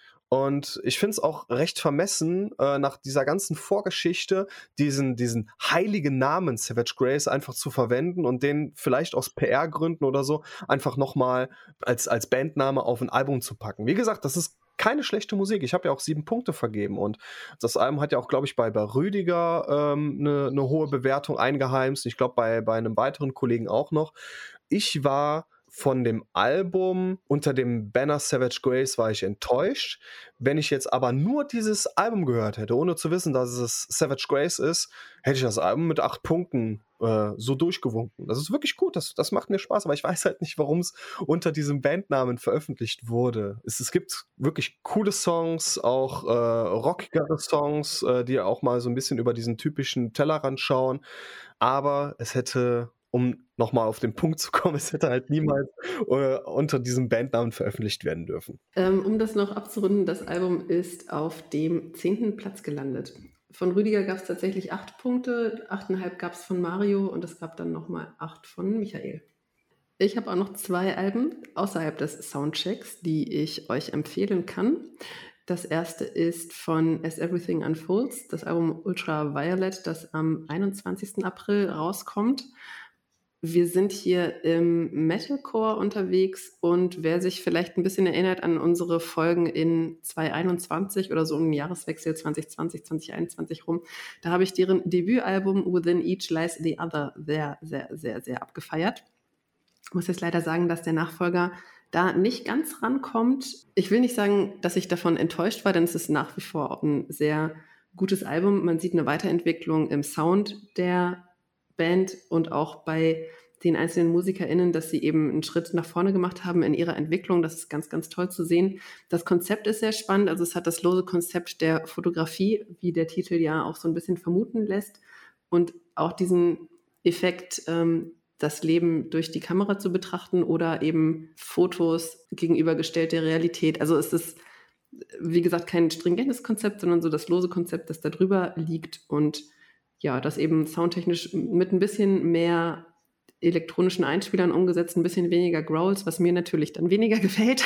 Und ich finde es auch recht vermessen, äh, nach dieser ganzen Vorgeschichte diesen, diesen heiligen Namen Savage Grace einfach zu verwenden und den vielleicht aus P R-Gründen oder so einfach nochmal als, als Bandname auf ein Album zu packen. Wie gesagt, das ist keine schlechte Musik. Ich habe ja auch sieben Punkte vergeben, und das Album hat ja auch, glaube ich, bei, bei Rüdiger eine ähm, ne, ne hohe Bewertung eingeheimst. Ich glaube, bei, bei einem weiteren Kollegen auch noch. Ich war von dem Album unter dem Banner Savage Grace war ich enttäuscht. Wenn ich jetzt aber nur dieses Album gehört hätte, ohne zu wissen, dass es Savage Grace ist, hätte ich das Album mit acht Punkten äh, so durchgewunken. Das ist wirklich gut, das, das macht mir Spaß, aber ich weiß halt nicht, warum es unter diesem Bandnamen veröffentlicht wurde. Es, es gibt wirklich coole Songs, auch äh, rockigere Songs, äh, die auch mal so ein bisschen über diesen typischen Tellerrand schauen, aber es hätte, um nochmal auf den Punkt zu kommen, es hätte halt niemals äh, unter diesem Bandnamen veröffentlicht werden dürfen. Ähm, um das noch abzurunden, das Album ist auf dem zehnten Platz gelandet. Von Rüdiger gab es tatsächlich acht Punkte, achteinhalb gab es von Mario und es gab dann nochmal acht von Michael. Ich habe auch noch zwei Alben außerhalb des Soundchecks, die ich euch empfehlen kann. Das erste ist von As Everything Unfolds, das Album Ultraviolet, das am einundzwanzigsten April rauskommt. Wir sind hier im Metalcore unterwegs, und wer sich vielleicht ein bisschen erinnert an unsere Folgen in zwanzig einundzwanzig oder so um den Jahreswechsel zwanzig zwanzig, zwanzig einundzwanzig rum, da habe ich deren Debütalbum Within Each Lies the Other sehr, sehr, sehr, sehr abgefeiert. Ich muss jetzt leider sagen, dass der Nachfolger da nicht ganz rankommt. Ich will nicht sagen, dass ich davon enttäuscht war, denn es ist nach wie vor ein sehr gutes Album. Man sieht eine Weiterentwicklung im Sound der Band und auch bei den einzelnen MusikerInnen, dass sie eben einen Schritt nach vorne gemacht haben in ihrer Entwicklung. Das ist ganz, ganz toll zu sehen. Das Konzept ist sehr spannend. Also es hat das lose Konzept der Fotografie, wie der Titel ja auch so ein bisschen vermuten lässt. Und auch diesen Effekt, ähm, das Leben durch die Kamera zu betrachten oder eben Fotos gegenübergestellt der Realität. Also es ist, wie gesagt, kein stringentes Konzept, sondern so das lose Konzept, das da drüber liegt und ja, das eben soundtechnisch mit ein bisschen mehr elektronischen Einspielern umgesetzt, ein bisschen weniger Growls, was mir natürlich dann weniger gefällt.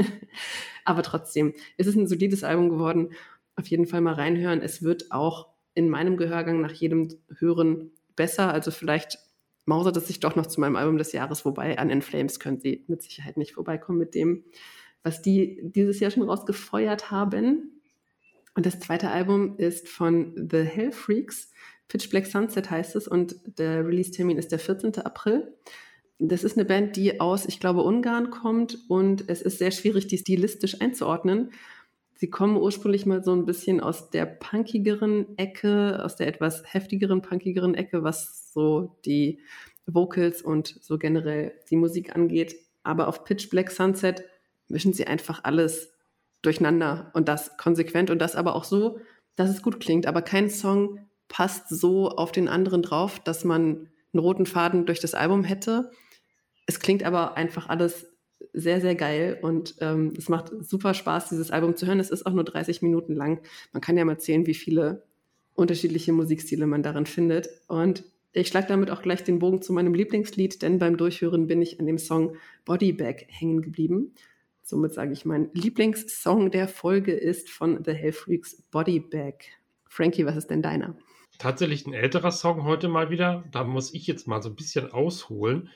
Aber trotzdem, es ist ein solides Album geworden. Auf jeden Fall mal reinhören. Es wird auch in meinem Gehörgang nach jedem Hören besser. Also vielleicht mausert es sich doch noch zu meinem Album des Jahres, wobei an In Flames können sie mit Sicherheit nicht vorbeikommen mit dem, was die dieses Jahr schon rausgefeuert haben. Und das zweite Album ist von The Hell Freaks. Pitch Black Sunset heißt es und der Release-Termin ist der vierzehnten April. Das ist eine Band, die aus, ich glaube, Ungarn kommt und es ist sehr schwierig, die stilistisch einzuordnen. Sie kommen ursprünglich mal so ein bisschen aus der punkigeren Ecke, aus der etwas heftigeren, punkigeren Ecke, was so die Vocals und so generell die Musik angeht. Aber auf Pitch Black Sunset mischen sie einfach alles durcheinander und das konsequent und das aber auch so, dass es gut klingt. Aber kein Song passt so auf den anderen drauf, dass man einen roten Faden durch das Album hätte. Es klingt aber einfach alles sehr, sehr geil und ähm, es macht super Spaß, dieses Album zu hören. Es ist auch nur dreißig Minuten lang. Man kann ja mal zählen, wie viele unterschiedliche Musikstile man darin findet. Und ich schlage damit auch gleich den Bogen zu meinem Lieblingslied, denn beim Durchhören bin ich an dem Song Body Bag hängen geblieben. Somit sage ich, mein Lieblingssong der Folge ist von The Hell Freaks, Body Bag. Frankie, was ist denn deiner? Tatsächlich ein älterer Song heute mal wieder. Da muss ich jetzt mal so ein bisschen ausholen.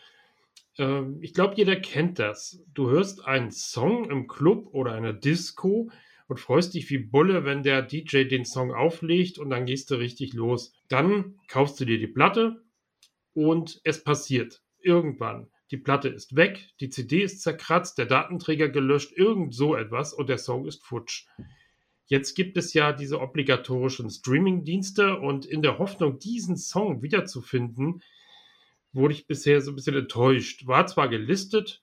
Ähm, ich glaube, jeder kennt das. Du hörst einen Song im Club oder einer Disco und freust dich wie Bulle, wenn der D J den Song auflegt und dann gehst du richtig los. Dann kaufst du dir die Platte und es passiert irgendwann. Die Platte ist weg, die C D ist zerkratzt, der Datenträger gelöscht, irgend so etwas und der Song ist futsch. Jetzt gibt es ja diese obligatorischen Streaming-Dienste und in der Hoffnung, diesen Song wiederzufinden, wurde ich bisher so ein bisschen enttäuscht. War zwar gelistet,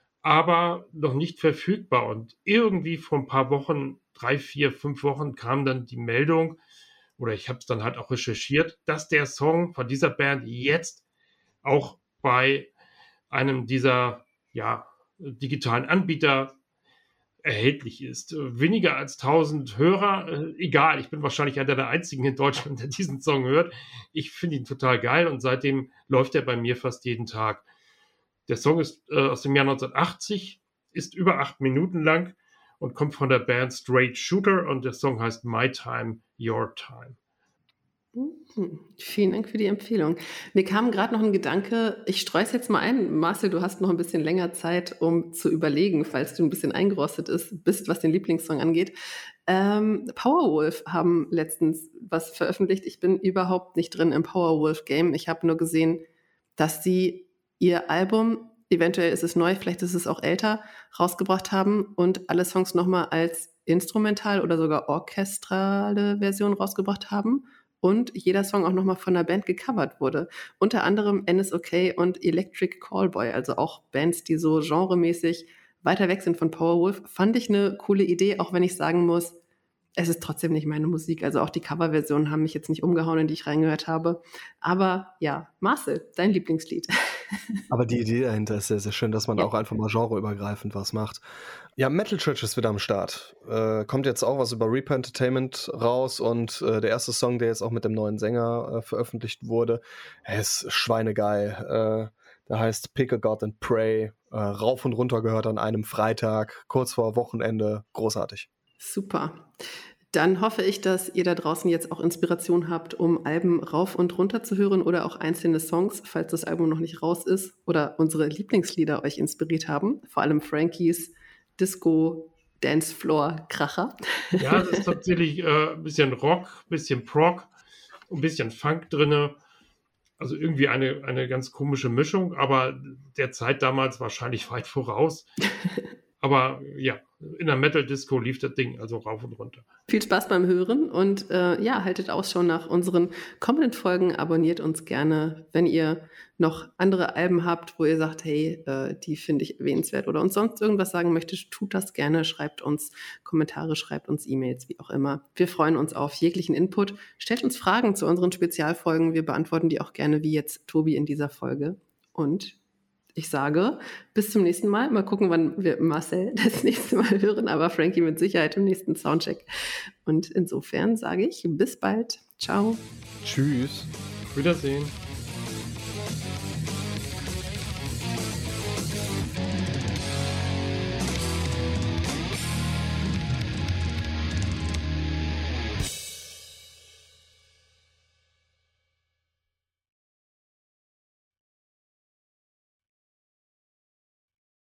aber noch nicht verfügbar. Und irgendwie vor ein paar Wochen, drei, vier, fünf Wochen, kam dann die Meldung, oder ich habe es dann halt auch recherchiert, dass der Song von dieser Band jetzt auch bei einem dieser ja, digitalen Anbieter erhältlich ist. Weniger als tausend Hörer, äh, egal, ich bin wahrscheinlich einer der einzigen in Deutschland, der diesen Song hört. Ich finde ihn total geil und seitdem läuft er bei mir fast jeden Tag. Der Song ist äh, aus dem Jahr neunzehnhundertachtzig, ist über acht Minuten lang und kommt von der Band Straight Shooter und der Song heißt My Time, Your Time. Mhm. Vielen Dank für die Empfehlung. Mir kam gerade noch ein Gedanke, ich streue es jetzt mal ein. Marcel, du hast noch ein bisschen länger Zeit, um zu überlegen, falls du ein bisschen eingerostet ist, bist, was den Lieblingssong angeht. Ähm, Powerwolf haben letztens was veröffentlicht. Ich bin überhaupt nicht drin im Powerwolf-Game. Ich habe nur gesehen, dass sie ihr Album, eventuell ist es neu, vielleicht ist es auch älter, rausgebracht haben und alle Songs nochmal als instrumental oder sogar orchestrale Version rausgebracht haben. Und jeder Song auch nochmal von der Band gecovert wurde. Unter anderem N S O K und Electric Callboy, also auch Bands, die so genremäßig weiter weg sind von Powerwolf. Fand ich eine coole Idee, auch wenn ich sagen muss, es ist trotzdem nicht meine Musik. Also auch die Coverversionen haben mich jetzt nicht umgehauen, in die ich reingehört habe. Aber ja, Marcel, dein Lieblingslied. Aber die Idee dahinter ist sehr, sehr schön, dass man Ja. auch einfach mal genreübergreifend was macht. Ja, Metal Church ist wieder am Start. Äh, kommt jetzt auch was über Reaper Entertainment raus und äh, der erste Song, der jetzt auch mit dem neuen Sänger äh, veröffentlicht wurde, ist schweinegeil. Äh, der heißt Pick a God and Pray. Äh, rauf und runter gehört an einem Freitag, kurz vor Wochenende. Großartig. Super. Dann hoffe ich, dass ihr da draußen jetzt auch Inspiration habt, um Alben rauf und runter zu hören oder auch einzelne Songs, falls das Album noch nicht raus ist oder unsere Lieblingslieder euch inspiriert haben. Vor allem Frankies Disco Dancefloor Kracher. Ja, das ist tatsächlich äh, ein bisschen Rock, ein bisschen Prog, ein bisschen Funk drinne. Also irgendwie eine, eine ganz komische Mischung, aber der Zeit damals wahrscheinlich weit voraus. Aber ja, in der Metal-Disco lief das Ding also rauf und runter. Viel Spaß beim Hören und äh, ja, haltet Ausschau nach unseren kommenden Folgen. Abonniert uns gerne, wenn ihr noch andere Alben habt, wo ihr sagt, hey, äh, die finde ich erwähnenswert oder uns sonst irgendwas sagen möchtet, tut das gerne. Schreibt uns Kommentare, schreibt uns E-Mails, wie auch immer. Wir freuen uns auf jeglichen Input. Stellt uns Fragen zu unseren Spezialfolgen. Wir beantworten die auch gerne, wie jetzt Tobi in dieser Folge. Und ich sage, bis zum nächsten Mal. Mal gucken, wann wir Marcel das nächste Mal hören, aber Frankie mit Sicherheit im nächsten Soundcheck. Und insofern sage ich, bis bald. Ciao. Tschüss. Wiedersehen.